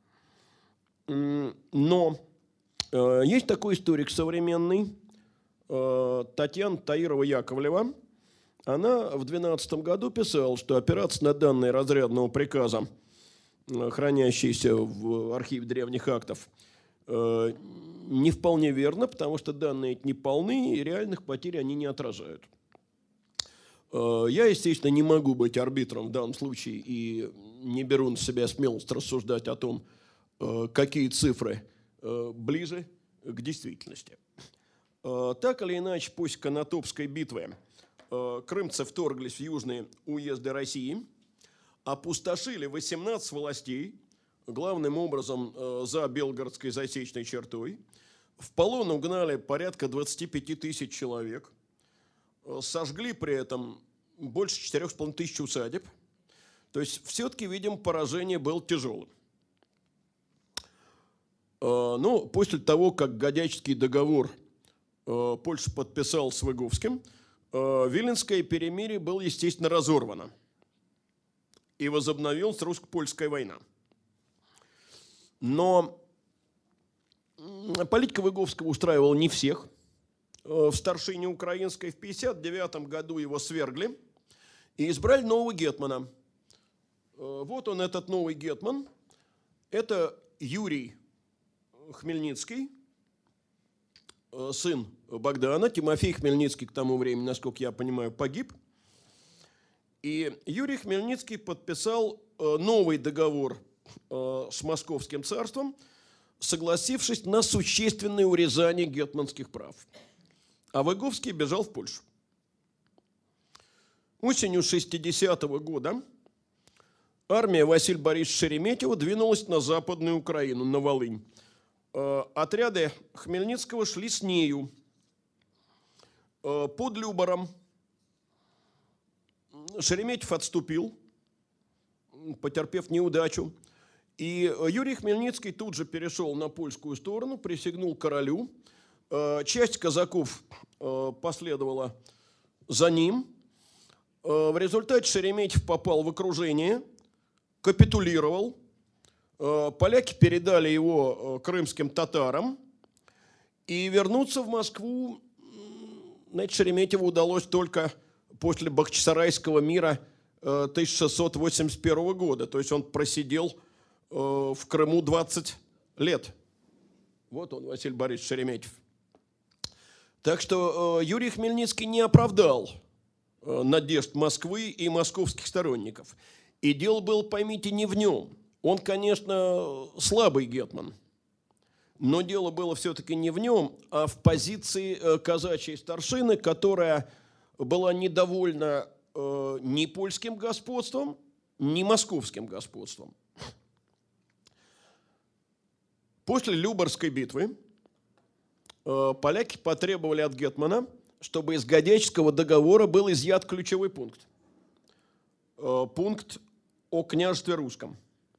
Но есть такой историк современный, Татьяна Таирова-Яковлева. Она в двенадцатом году писала, что опираться на данные разрядного приказа, хранящиеся в архиве древних актов, не вполне верно, потому что данные не полны, и реальных потерь они не отражают. Я, естественно, не могу быть арбитром в данном случае и не беру на себя смелость рассуждать о том, какие цифры ближе к действительности. Так или иначе, после Конотопской битвы крымцы вторглись в южные уезды России, опустошили восемнадцать властей, главным образом за Белгородской засечной чертой. В полон угнали порядка двадцати пяти тысяч человек. Сожгли при этом больше четырёх с половиной тысяч усадеб. То есть все-таки, видимо, поражение было тяжелым. Но после того, как Годячский договор Польша подписала с Выговским, Виленское перемирие было, естественно, разорвано. И возобновилась русско-польская война. Но политика Выговского устраивала не всех. В старшине украинской в пятьдесят девятом году его свергли и избрали нового гетмана. Вот он, этот новый гетман. Это Юрий Хмельницкий, сын Богдана. Тимофей Хмельницкий к тому времени, насколько я понимаю, погиб. И Юрий Хмельницкий подписал новый договор с Московским царством, согласившись на существенное урезание гетманских прав. А Выговский бежал в Польшу. Осенью шестидесятого года армия Василия Борисовича Шереметьева двинулась на Западную Украину, на Волынь. Отряды Хмельницкого шли с нею. Под Любаром Шереметьев отступил, потерпев неудачу. И Юрий Хмельницкий тут же перешел на польскую сторону, присягнул королю. Часть казаков последовала за ним. В результате Шереметьев попал в окружение, капитулировал. Поляки передали его крымским татарам. И вернуться в Москву, знаете, Шереметьеву удалось только после Бахчисарайского мира тысяча шестьсот восемьдесят первого года. То есть он просидел в Крыму двадцать лет. Вот он, Василий Борисович Шереметьев. Так что Юрий Хмельницкий не оправдал надежд Москвы и московских сторонников. И дело было, поймите, не в нем. Он, конечно, слабый гетман, но дело было все-таки не в нем, а в позиции казачьей старшины, которая была недовольна ни польским господством, ни московским господством. После Любарской битвы поляки потребовали от гетмана, чтобы из Годечского договора был изъят ключевой пункт. Пункт о княжестве русском.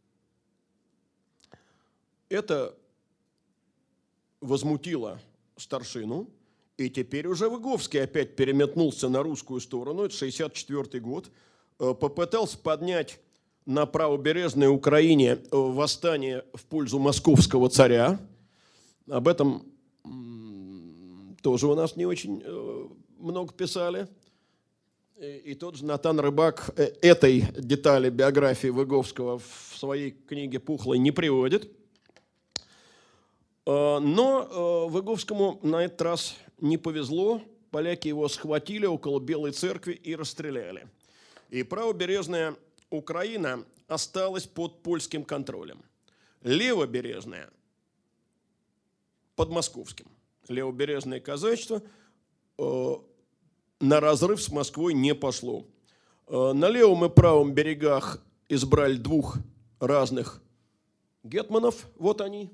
Это возмутило старшину, и теперь уже Выговский опять переметнулся на русскую сторону, это шестьдесят четвёртый год, попытался поднять на правобережной Украине восстание в пользу московского царя. Об этом тоже у нас не очень много писали. И тот же Натан Рыбак этой детали биографии Выговского в своей книге «Пухлой» не приводит. Но Выговскому на этот раз не повезло. Поляки его схватили около Белой церкви и расстреляли. И правобережная Украина осталась под польским контролем. Левобережная под московским. Левобережное казачество на разрыв с Москвой не пошло. На левом и правом берегах избрали двух разных гетманов. Вот они.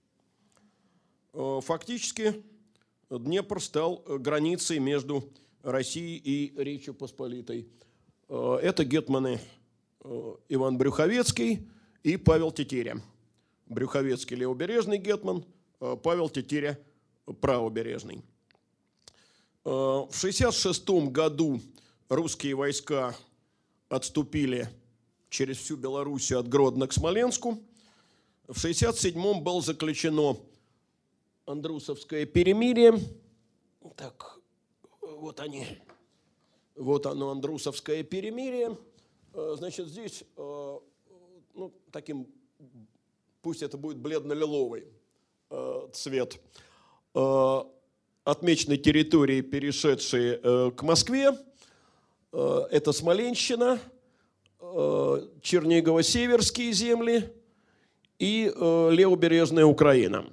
Фактически Днепр стал границей между Россией и Речью Посполитой. Это гетманы Иван Брюховецкий и Павел Тетеря. Брюховецкий левобережный гетман, Павел Тетеря правобережный. В шестьдесят шестом году русские войска отступили через всю Белоруссию от Гродно к Смоленску. В шестьдесят седьмом было заключено Андрусовское перемирие. Так, вот они. Вот оно, Андрусовское перемирие. Значит, здесь, ну, таким, пусть это будет бледно-лиловый цвет, отмечены территории, перешедшие к Москве. Это Смоленщина, Чернигово-Северские земли и левобережная Украина.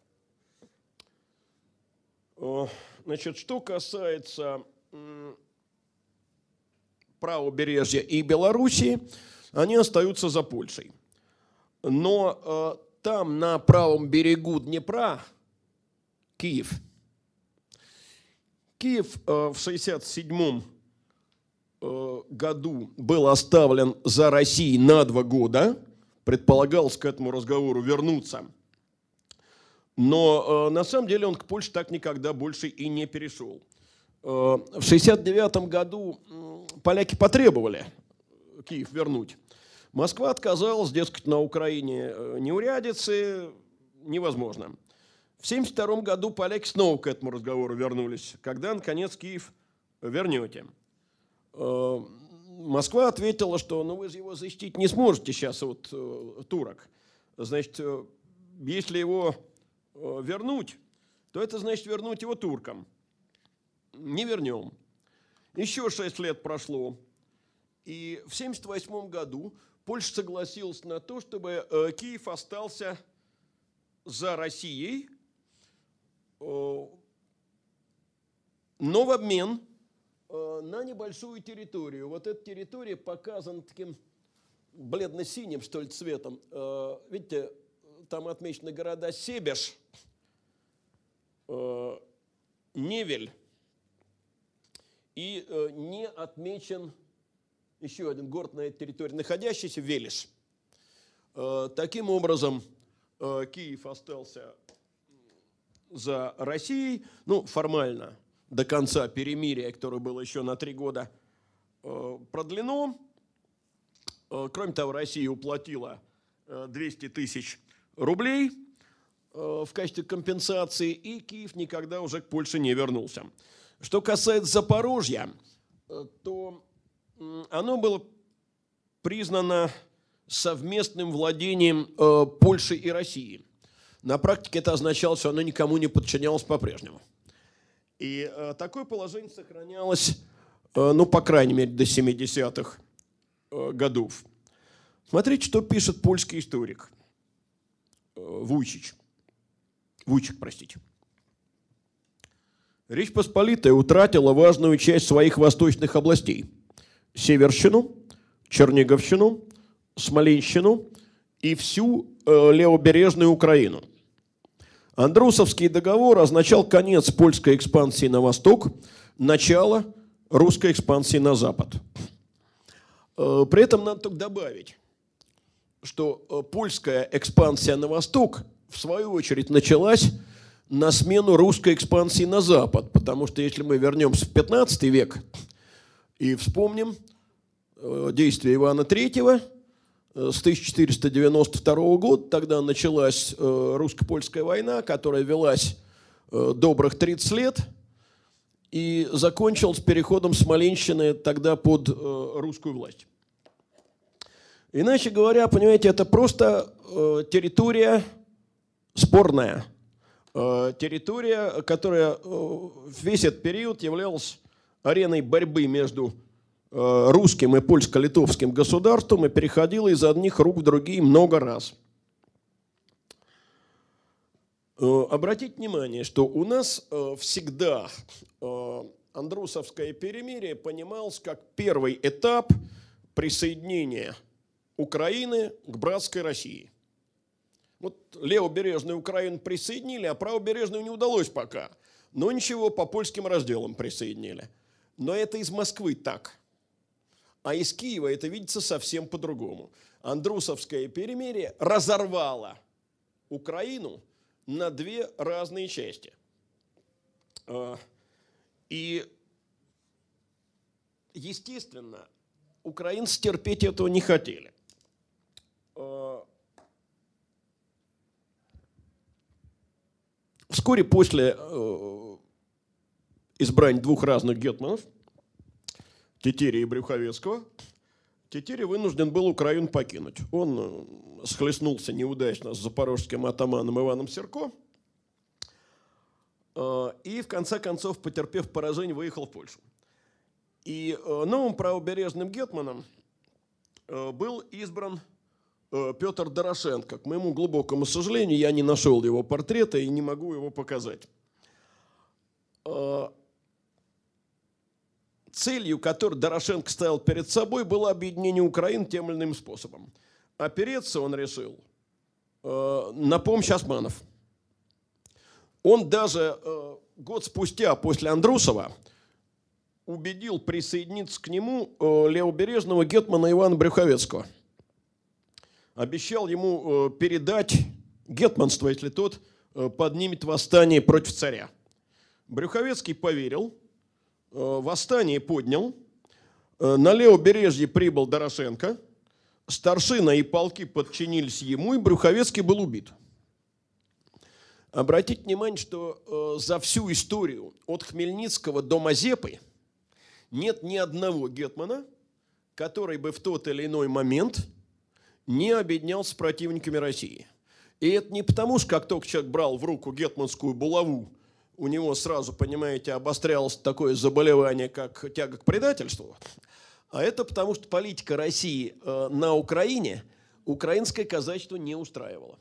Значит, что касается правобережья и Белоруссии, они остаются за Польшей. Но там, на правом берегу Днепра, Киев. Киев в шестьдесят седьмом году был оставлен за Россией на два года. Предполагалось к этому разговору вернуться. Но на самом деле он к Польше так никогда больше и не перешел. В шестьдесят девятом году поляки потребовали Киев вернуть. Москва отказалась, дескать, на Украине неурядицы, невозможно. В семьдесят втором году поляки снова к этому разговору вернулись. Когда, наконец, Киев вернете? Москва ответила, что ну, вы же его защитить не сможете сейчас от турок. Значит, если его вернуть, то это значит вернуть его туркам. Не вернем. Еще шесть лет прошло. И в семьдесят восьмом году Польша согласилась на то, чтобы Киев остался за Россией, но в обмен э, на небольшую территорию. Вот эта территория показана таким бледно-синим, что ли, цветом. Э, видите, там отмечены города Себеж, э, Невель, и э, не отмечен еще один город на этой территории, находящийся Велиш. Э, таким образом, э, Киев остался за Россией, ну, формально, до конца перемирия, которое было еще на три года э, продлено. Э, кроме того, Россия уплатила э, двести тысяч рублей э, в качестве компенсации, и Киев никогда уже к Польше не вернулся. Что касается Запорожья, э, то э, оно было признано совместным владением э, Польши и России. На практике это означало, что оно никому не подчинялось по-прежнему. И э, такое положение сохранялось, э, ну, по крайней мере, до семидесятых э, годов. Смотрите, что пишет польский историк э, Вуйчич. Вуйчик, простите. Речь Посполитая утратила важную часть своих восточных областей. Северщину, Черниговщину, Смоленщину и всю э, левобережную Украину. Андрусовский договор означал конец польской экспансии на восток, начало русской экспансии на запад. Э, при этом надо только добавить, что э, польская экспансия на восток, в свою очередь, началась на смену русской экспансии на запад, потому что если мы вернемся в пятнадцатый век и вспомним э, действия Ивана Третьего, с тысяча четыреста девяносто второго года, тогда началась э, русско-польская война, которая велась э, добрых тридцать лет и закончилась переходом Смоленщины тогда под э, русскую власть. Иначе говоря, понимаете, это просто э, территория спорная, э, территория, которая э, весь этот период являлась ареной борьбы между русским и польско-литовским государством и переходила из одних рук в другие много раз. Обратите внимание, что у нас всегда Андрусовское перемирие понималось как первый этап присоединения Украины к братской России. Вот левобережную Украину присоединили, а правобережную не удалось пока. Но ничего, по польским разделам присоединили. Но это из Москвы так. А из Киева это видится совсем по-другому. Андрусовское перемирие разорвало Украину на две разные части. И, естественно, украинцы терпеть этого не хотели. Вскоре после избрания двух разных гетманов, Тетерия и Брюховецкого, Тетерий вынужден был Украину покинуть. Он схлестнулся неудачно с запорожским атаманом Иваном Серко и, в конце концов, потерпев поражение, выехал в Польшу. И новым правобережным гетманом был избран Петр Дорошенко. К моему глубокому сожалению, я не нашел его портрета и не могу его показать. Целью, которую Дорошенко ставил перед собой, было объединение Украины тем или иным способом. Опереться он решил э, на помощь османов. Он даже э, год спустя после Андрусова убедил присоединиться к нему э, левобережного гетмана Ивана Брюховецкого. Обещал ему э, передать гетманство, если тот э, поднимет восстание против царя. Брюховецкий поверил. Восстание поднял, на левобережье прибыл Дорошенко, старшина и полки подчинились ему, и Брюховецкий был убит. Обратите внимание, что за всю историю от Хмельницкого до Мазепы нет ни одного гетмана, который бы в тот или иной момент не объединялся с противниками России. И это не потому, что как только человек брал в руку гетманскую булаву, у него сразу, понимаете, обострялось такое заболевание, как тяга к предательству. А это потому, что политика России э, на Украине украинское казачество не устраивало.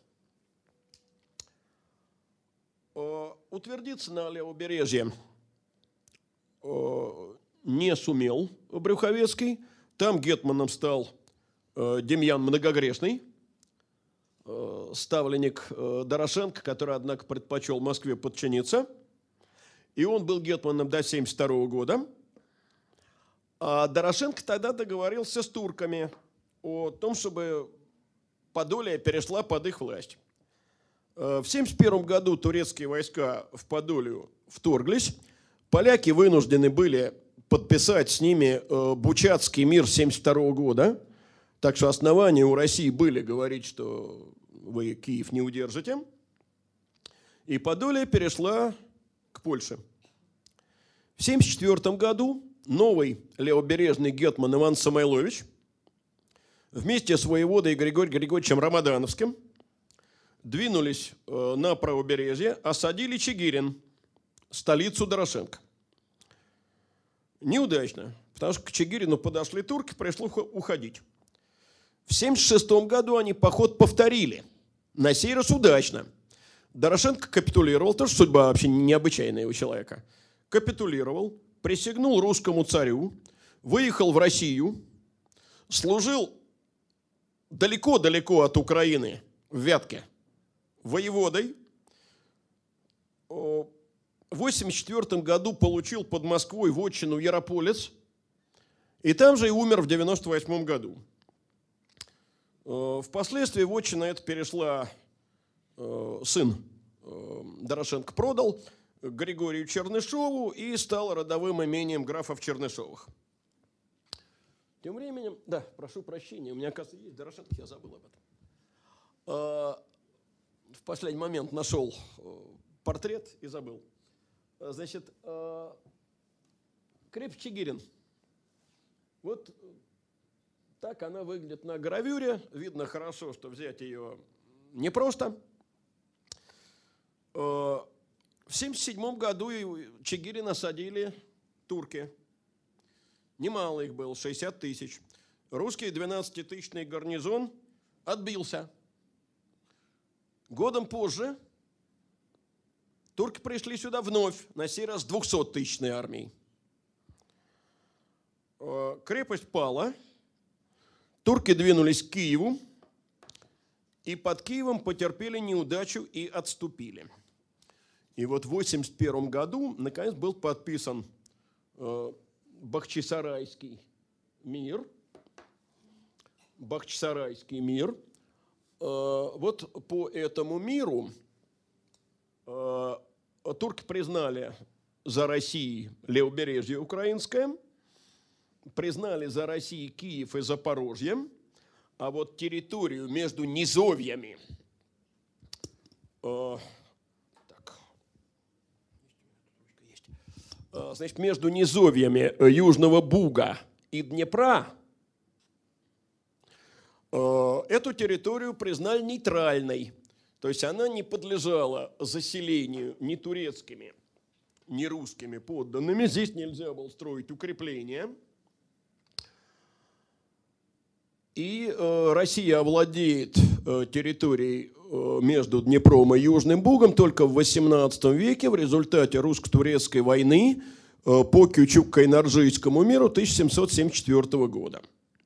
Э, утвердиться на левобережье э, не сумел Брюховецкий. Там гетманом стал э, Демьян Многогрешный, э, ставленник э, Дорошенко, который, однако, предпочел Москве подчиниться. И он был гетманом до тысяча девятьсот семьдесят второго года. А Дорошенко тогда договорился с турками о том, чтобы Подолье перешла под их власть. В тысяча девятьсот семьдесят первом году турецкие войска в Подолью вторглись. Поляки вынуждены были подписать с ними Бучатский мир тысяча девятьсот семьдесят второго года. Так что основания у России были говорить, что вы Киев не удержите. И Подолье перешла к Польше. В тысяча девятьсот семьдесят четвёртом году новый левобережный гетман Иван Самойлович вместе с воеводой Григорием Григорьевичем Рамадановским двинулись на правобережье, осадили Чигирин, столицу Дорошенко. Неудачно, потому что к Чигирину подошли турки, пришлось уходить. В тысяча девятьсот семьдесят шестом году они поход повторили, на сей раз удачно. Дорошенко капитулировал, тоже судьба вообще необычайная у человека. Капитулировал, присягнул русскому царю, выехал в Россию, служил далеко-далеко от Украины, в Вятке, воеводой. В восемьдесят четвёртом году получил под Москвой вотчину Ярополец, и там же и умер в девяносто восьмом году. Впоследствии вотчина эта перешла, сын Дорошенко продал Григорию Чернышову и стал родовым имением графов Чернышовых. Тем временем, да, прошу прощения, у меня, оказывается, есть Дорошенко, я забыл об этом. В последний момент нашел портрет и забыл. Значит, крепость Чигирин. Вот так она выглядит на гравюре. Видно хорошо, что взять ее непросто. В семьдесят седьмом году Чигирин осадили турки. Немало их было, шестьдесят тысяч. Русский двенадцатитысячный гарнизон отбился. Годом позже турки пришли сюда вновь, на сей раз двухсоттысячной армией. Крепость пала, турки двинулись к Киеву, и под Киевом потерпели неудачу и отступили. И вот в восемьдесят первом году, наконец, был подписан э, Бахчисарайский мир. Бахчисарайский мир. Э, вот по этому миру э, турки признали за Россией левобережье украинское, признали за Россией Киев и Запорожье, а вот территорию между низовьями, э, Значит, между низовьями Южного Буга и Днепра эту территорию признали нейтральной. То есть она не подлежала заселению ни турецкими, ни русскими подданными. Здесь нельзя было строить укрепления. И Россия овладеет территорией между Днепром и Южным Бугом только в восемнадцатом веке в результате русско-турецкой войны по Кючук-Кайнарджийскому миру тысяча семьсот семьдесят четвёртого года.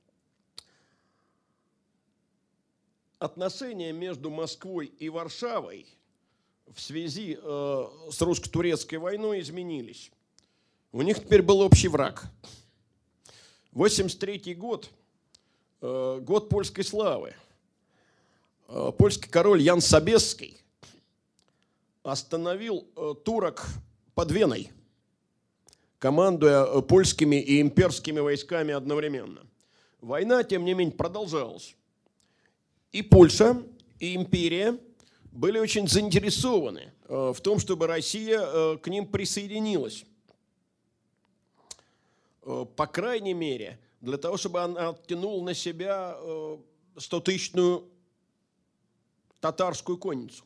Отношения между Москвой и Варшавой в связи с русско-турецкой войной изменились. У них теперь был общий враг. восемьдесят третий год, год польской славы. Польский король Ян Собесский остановил турок под Веной, командуя польскими и имперскими войсками одновременно. Война, тем не менее, продолжалась. И Польша, и империя были очень заинтересованы в том, чтобы Россия к ним присоединилась. По крайней мере, для того, чтобы она оттянула на себя стотысячную татарскую конницу.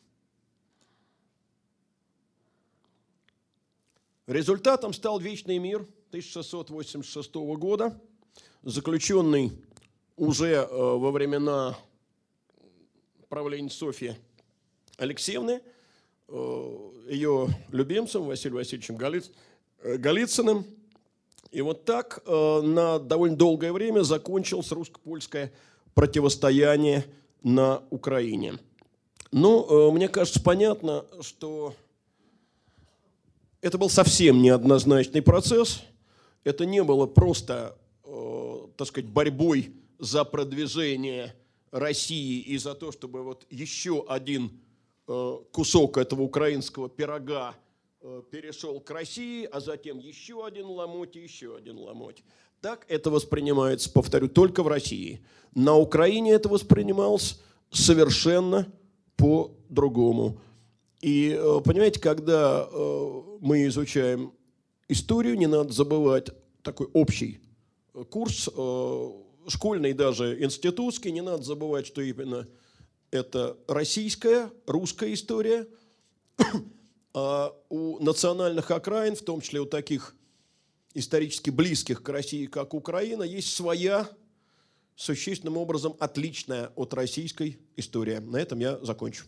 Результатом стал Вечный мир тысяча шестьсот восемьдесят шестого года, заключенный уже во времена правления Софьи Алексеевны, ее любимцем Василием Васильевичем Голицыным. И вот так э, на довольно долгое время закончилось русско-польское противостояние на Украине. Ну, э, мне кажется, понятно, что это был совсем неоднозначный процесс. Это не было просто, э, так сказать, борьбой за продвижение России и за то, чтобы вот еще один э, кусок этого украинского пирога э, перешел к России, а затем еще один ломоть и еще один ломоть. Так это воспринимается, повторю, только в России. На Украине это воспринималось совершенно по-другому. И, э, понимаете, когда э, мы изучаем историю, не надо забывать такой общий курс, э, школьный, даже институтский, не надо забывать, что именно это российская, русская история, а у национальных окраин, в том числе у таких исторически близких к России, как Украина, есть своя, существенным образом отличная от российской история. На этом я закончу.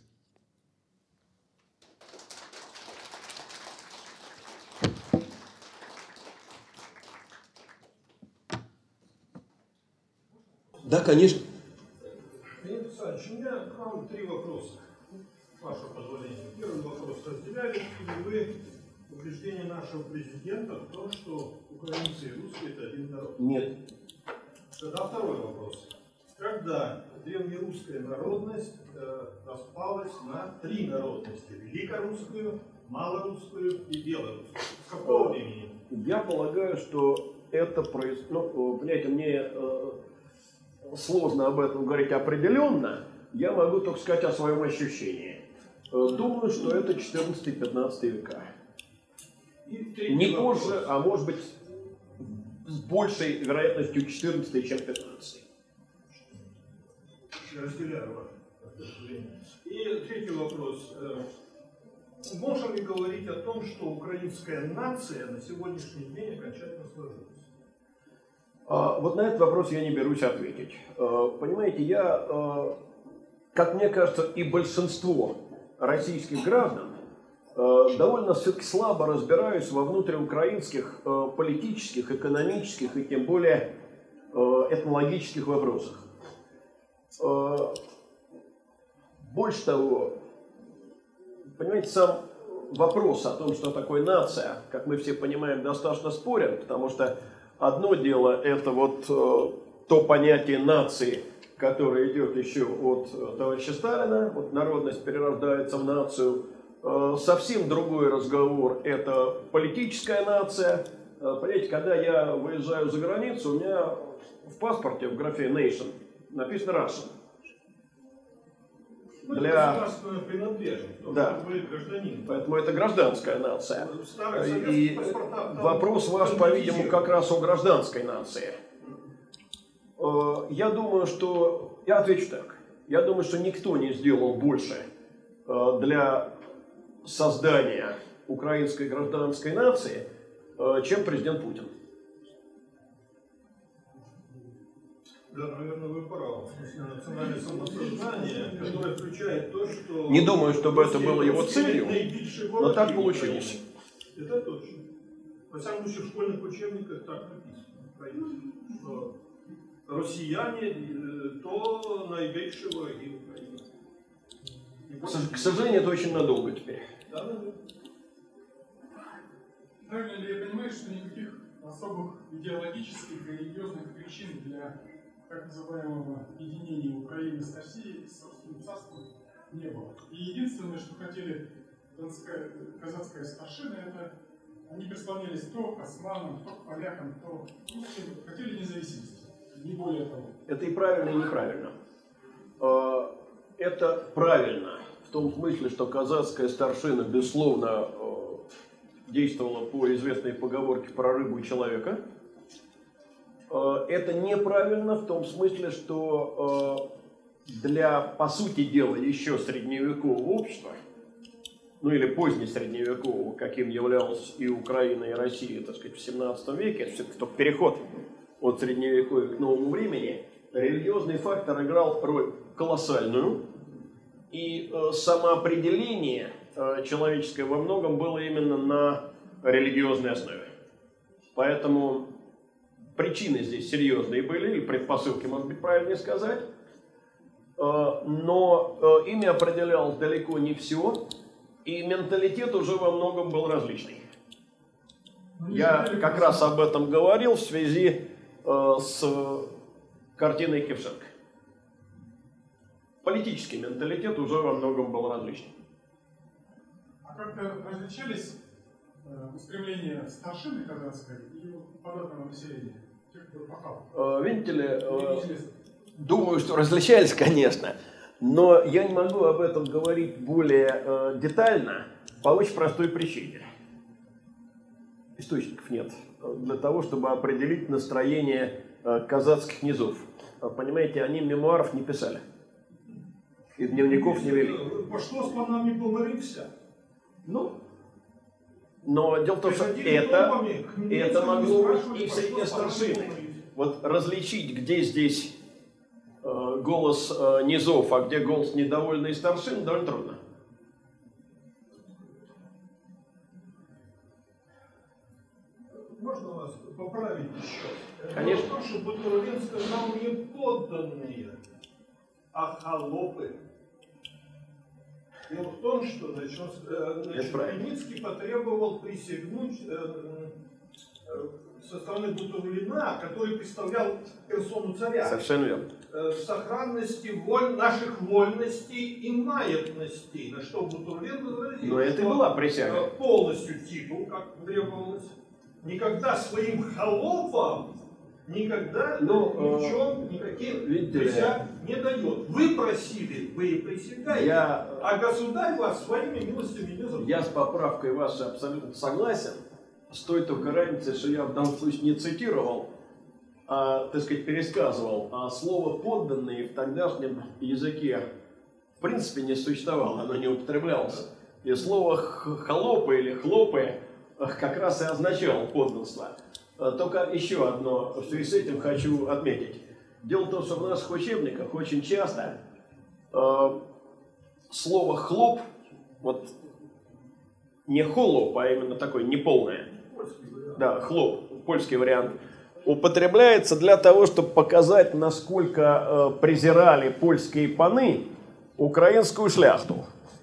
Да, конечно. Леонид Александрович, у меня к вам три вопроса, с вашего позволения. Первый вопрос. Разделяли ли вы убеждение нашего президента в том, что украинцы и русские – это один народ? Нет. Тогда второй вопрос. Когда древнерусская народность э, распалась на три народности – великорусскую, малорусскую и белорусскую? С какого времени? Я полагаю, что это происходит... Ну, понимаете, мне... Э... Сложно об этом говорить определенно, я могу только сказать о своем ощущении. Думаю, что это четырнадцатый-пятнадцатый века. Не позже, а может быть с большей вероятностью четырнадцатый, чем пятнадцатый. Я разделяю ваше мнение. И третий вопрос. Можем ли говорить о том, что украинская нация на сегодняшний день окончательно сложилась? Вот на этот вопрос я не берусь ответить. Понимаете, я, как мне кажется, и большинство российских граждан довольно все-таки слабо разбираюсь во внутриукраинских политических, экономических и тем более этнологических вопросах. Больше того, понимаете, сам вопрос о том, что такое нация, как мы все понимаем, достаточно спорен, потому что одно дело это вот э, то понятие нации, которое идет еще от э, товарища Сталина, вот народность перерождается в нацию. Э, совсем другой разговор это политическая нация. Э, понимаете, когда я выезжаю за границу, у меня в паспорте в графе nation написано Russian. Ну, Для... это государственная принадлежность, да. Вы гражданин. Поэтому это гражданская нация. Старые и вопрос ваш, по-видимому, как раз о гражданской нации. Я думаю, что... Я отвечу так. Я думаю, что никто не сделал больше для создания украинской гражданской нации, чем президент Путин. Да, наверное, вы правы. В смысле, национальное самосознание, которое включает то, что... Не думаю, чтобы это было его целью, но так получилось. Это точно. Во всяком случае, в школьных учебниках так написано. Что россияне то наибольшие враги Украины. К сожалению, это очень надолго теперь. Да, да. Правильно ли я понимаю, что никаких особых идеологических и религиозных причин для так называемого единения Украины с Россией, с русским царством, не было? И единственное, что хотели донская, казацкая старшина, это они прислонялись то к османам, то к полякам, то к русским, хотели независимости, не более того. Это и правильно, и неправильно. Это правильно в том смысле, что казацкая старшина, безусловно, действовала по известной поговорке про рыбу и человека. Это неправильно в том смысле, что для, по сути дела, еще средневекового общества, ну или позднесредневекового, каким являлась и Украина, и Россия, так сказать, в семнадцатом веке, это все-таки только переход от средневековья к новому времени, религиозный фактор играл роль колоссальную, и самоопределение человеческое во многом было именно на религиозной основе. Поэтому причины здесь серьезные были, или предпосылки, может быть, правильнее сказать. Но ими определялось далеко не все, и менталитет уже во многом был различный. Я как раз об этом говорил в связи с картиной Кевшенко. Политический менталитет уже во многом был различный. А как-то различались э, устремления старшины казацкой и податного населения? Тех, кто попал? Видите ли, э, думаю, что различались, конечно, но я не могу об этом говорить более э, детально по очень простой причине. Источников нет для того, чтобы определить настроение э, казацких низов. Понимаете, они мемуаров не писали. И дневников не вели. Что с панами помиримся? Ну, но дело в том, что это, это могло быть и в среде старшины. Вот различить, где здесь э, голос э, низов, а где голос недовольной старшин, довольно трудно. Можно вас поправить еще? Конечно. Дело в том, что Батурлин сказал не подданные, а холопы. Дело в том, что значит, значит, Хмельницкий потребовал присягнуть э, э, со стороны Батурлина, который представлял персону царя. Совершенно верно. Э, сохранности воль, наших вольностей и маятностей, на что Батурлин возразил. Но это и была присяга. Э, полностью титул, как требовалось. Никогда своим холопам никогда ну, ни в чем никаких видите, присяг не дает. Вы просили, вы и присягаете, я, а государь вас своими милостями не забудет. Я с поправкой вашей абсолютно согласен, с той только разницей, что я в данном случае не цитировал, а, так сказать, пересказывал, а слово «подданные» в тогдашнем языке в принципе не существовало, оно не употреблялось. И слово «холопы» или «хлопы» как раз и означало подданство. Только еще одно в связи с этим хочу отметить. Дело в том, что в наших учебниках очень часто э, слово «хлоп», вот не «холоп», а именно такое неполное, да, «хлоп», польский вариант, употребляется для того, чтобы показать, насколько э, презирали польские паны украинскую шляхту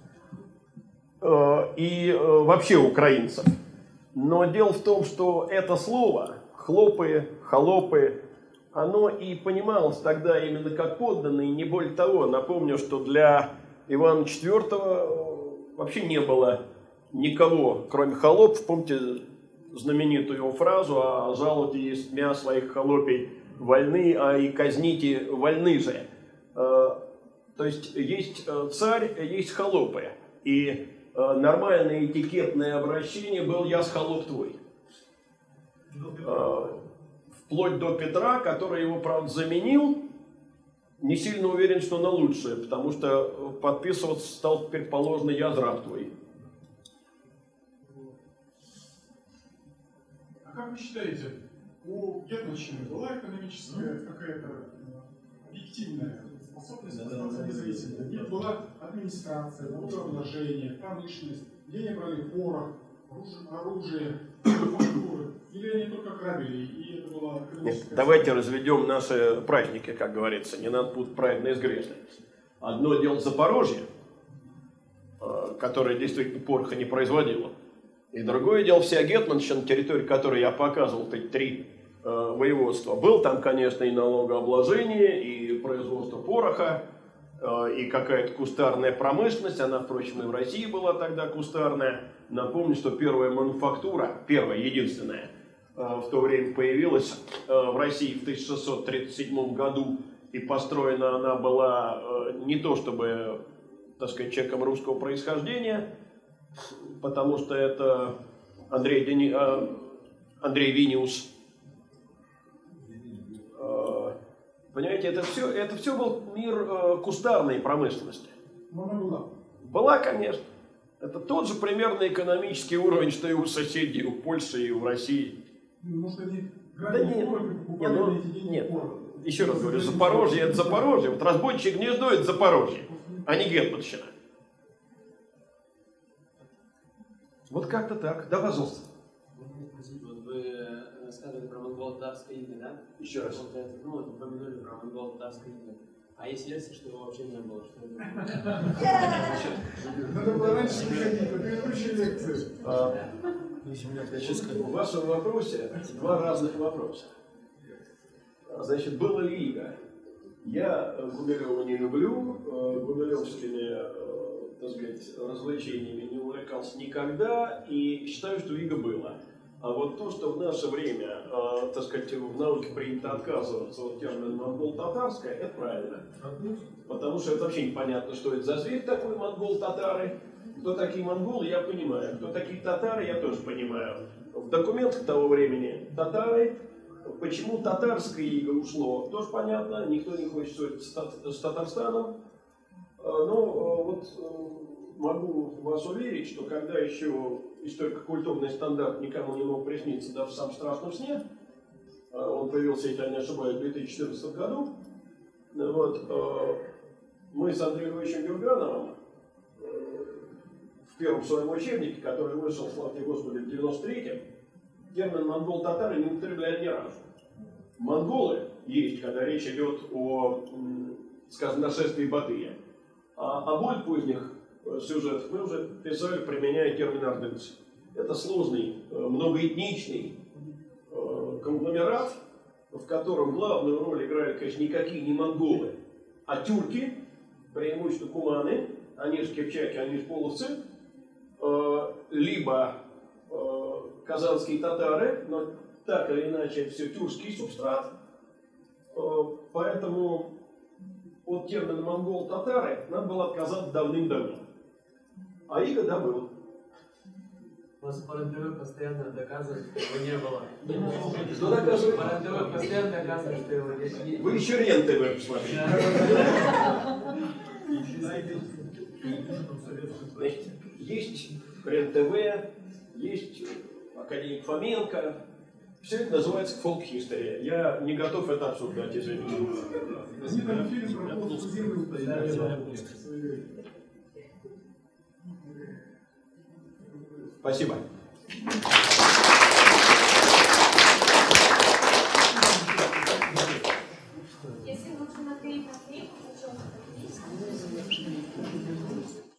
э, и э, вообще украинцев. Но дело в том, что это слово «хлопы», «холопы», оно и понималось тогда именно как подданные, не более того. Напомню, что для Ивана четвёртого вообще не было никого, кроме холопов. Помните знаменитую его фразу «А жалуйте есть мя своих холопей вольны, а и казните вольны же». То есть есть царь, есть холопы. И нормальное этикетное обращение был «я с холоп твой». Вплоть до Петра, который его, правда, заменил, не сильно уверен, что на лучшее, потому что подписываться стал теперь положено «я раб твой». А как вы считаете, у гетманщины была экономическая какая-то объективная способность остаться независимой? Нет, была администрация, налогообложение, промышленность, где они брали порох, оружие, мануфактуры, или они только грабили, и это была экономическая... Нет, давайте разведем наши праздники, как говорится, не надо путать праведное с грешным. Одно дело Запорожье, которое действительно пороха не производило, и другое дело вся гетманщина, территория которой я показывал, эти три э, воеводства. Был там, конечно, и налогообложение, и производство пороха, э, и какая-то кустарная промышленность. Она, впрочем, и в России была тогда кустарная. Напомню, что первая мануфактура, первая, единственная, э, в то время появилась э, в России в тысяча шестьсот тридцать седьмом году. И построена она была э, не то чтобы, так сказать, человеком русского происхождения, потому что это Андрей, Дени... Андрей Виниус. Понимаете, это все, это все был мир кустарной промышленности. Но она была. Была, конечно. Это тот же примерно экономический уровень, что и у соседей, у Польши и в России. Может, они да нет, покупали нет, ну, эти деньги? нет. Еще раз говорю, Запорожье это Запорожье. Вот разбойчье гнездо это Запорожье, а не гетманщина. Вот как-то так. Да, пожалуйста. Вы рассказывали про монголо-татарское иго, да? Еще раз. Получается, ну, вот упомянули про монголо-татарское иго. А есть версия, что его вообще не было? Что это? Надо было раньше приходить на предыдущие лекции. А, Значит, в вашем вопросе два разных вопроса. Значит, было ли иго? Я Гумилева не люблю, э, гумилевскими, э, так сказать, развлечениями не увлекался никогда и считаю, что иго было. А вот то, что в наше время, э, так сказать, в науке принято отказываться от термина монгол-татарское, это правильно. Потому что это вообще непонятно, что это за зверь такой монгол-татары. Кто такие монголы, я понимаю. Кто такие татары, я тоже понимаю. В документах того времени татары. Почему татарское иго ушло, тоже понятно. Никто не хочет ссориться с Татарстаном. Но вот могу вас уверить, что когда еще историко-культурный стандарт никому не мог присниться даже в самом страшном сне, он появился, если я не ошибаюсь, в две тысячи четырнадцатом году, вот, мы с Андреем Ильичем Юргановым в первом своем учебнике, который вышел, слава тебе Господи, в девяносто третьем, термин монгол-татары не употребляли ни разу. Монголы есть, когда речь идет о, скажем, нашествии Батыя. А о более поздних сюжетах мы уже писали, применяя термин ордынцы. Это сложный, многоэтничный конгломерат, в котором главную роль играют, конечно, никакие не монголы, а тюрки, преимущественно куманы, они же кипчаки, они же половцы, либо казанские татары, но так или иначе это все тюркский субстрат. Поэтому от термина монгол-татары надо было отказаться давным-давно. А иго, да, было. Вас по РЕН-ТВ постоянно доказывают, что его не было. Что доказывает? По РЕН-ТВ постоянно доказывают, что его не было. Вы еще РЕН-ТВ посмотрите. Значит, есть РЕН-ТВ, есть академик Фоменко. Все это называется фолк-хистория. Я не готов это обсуждать, извините. Они там фильм про полосу земли. Спасибо. Если нужно наклеить наклейку, то что?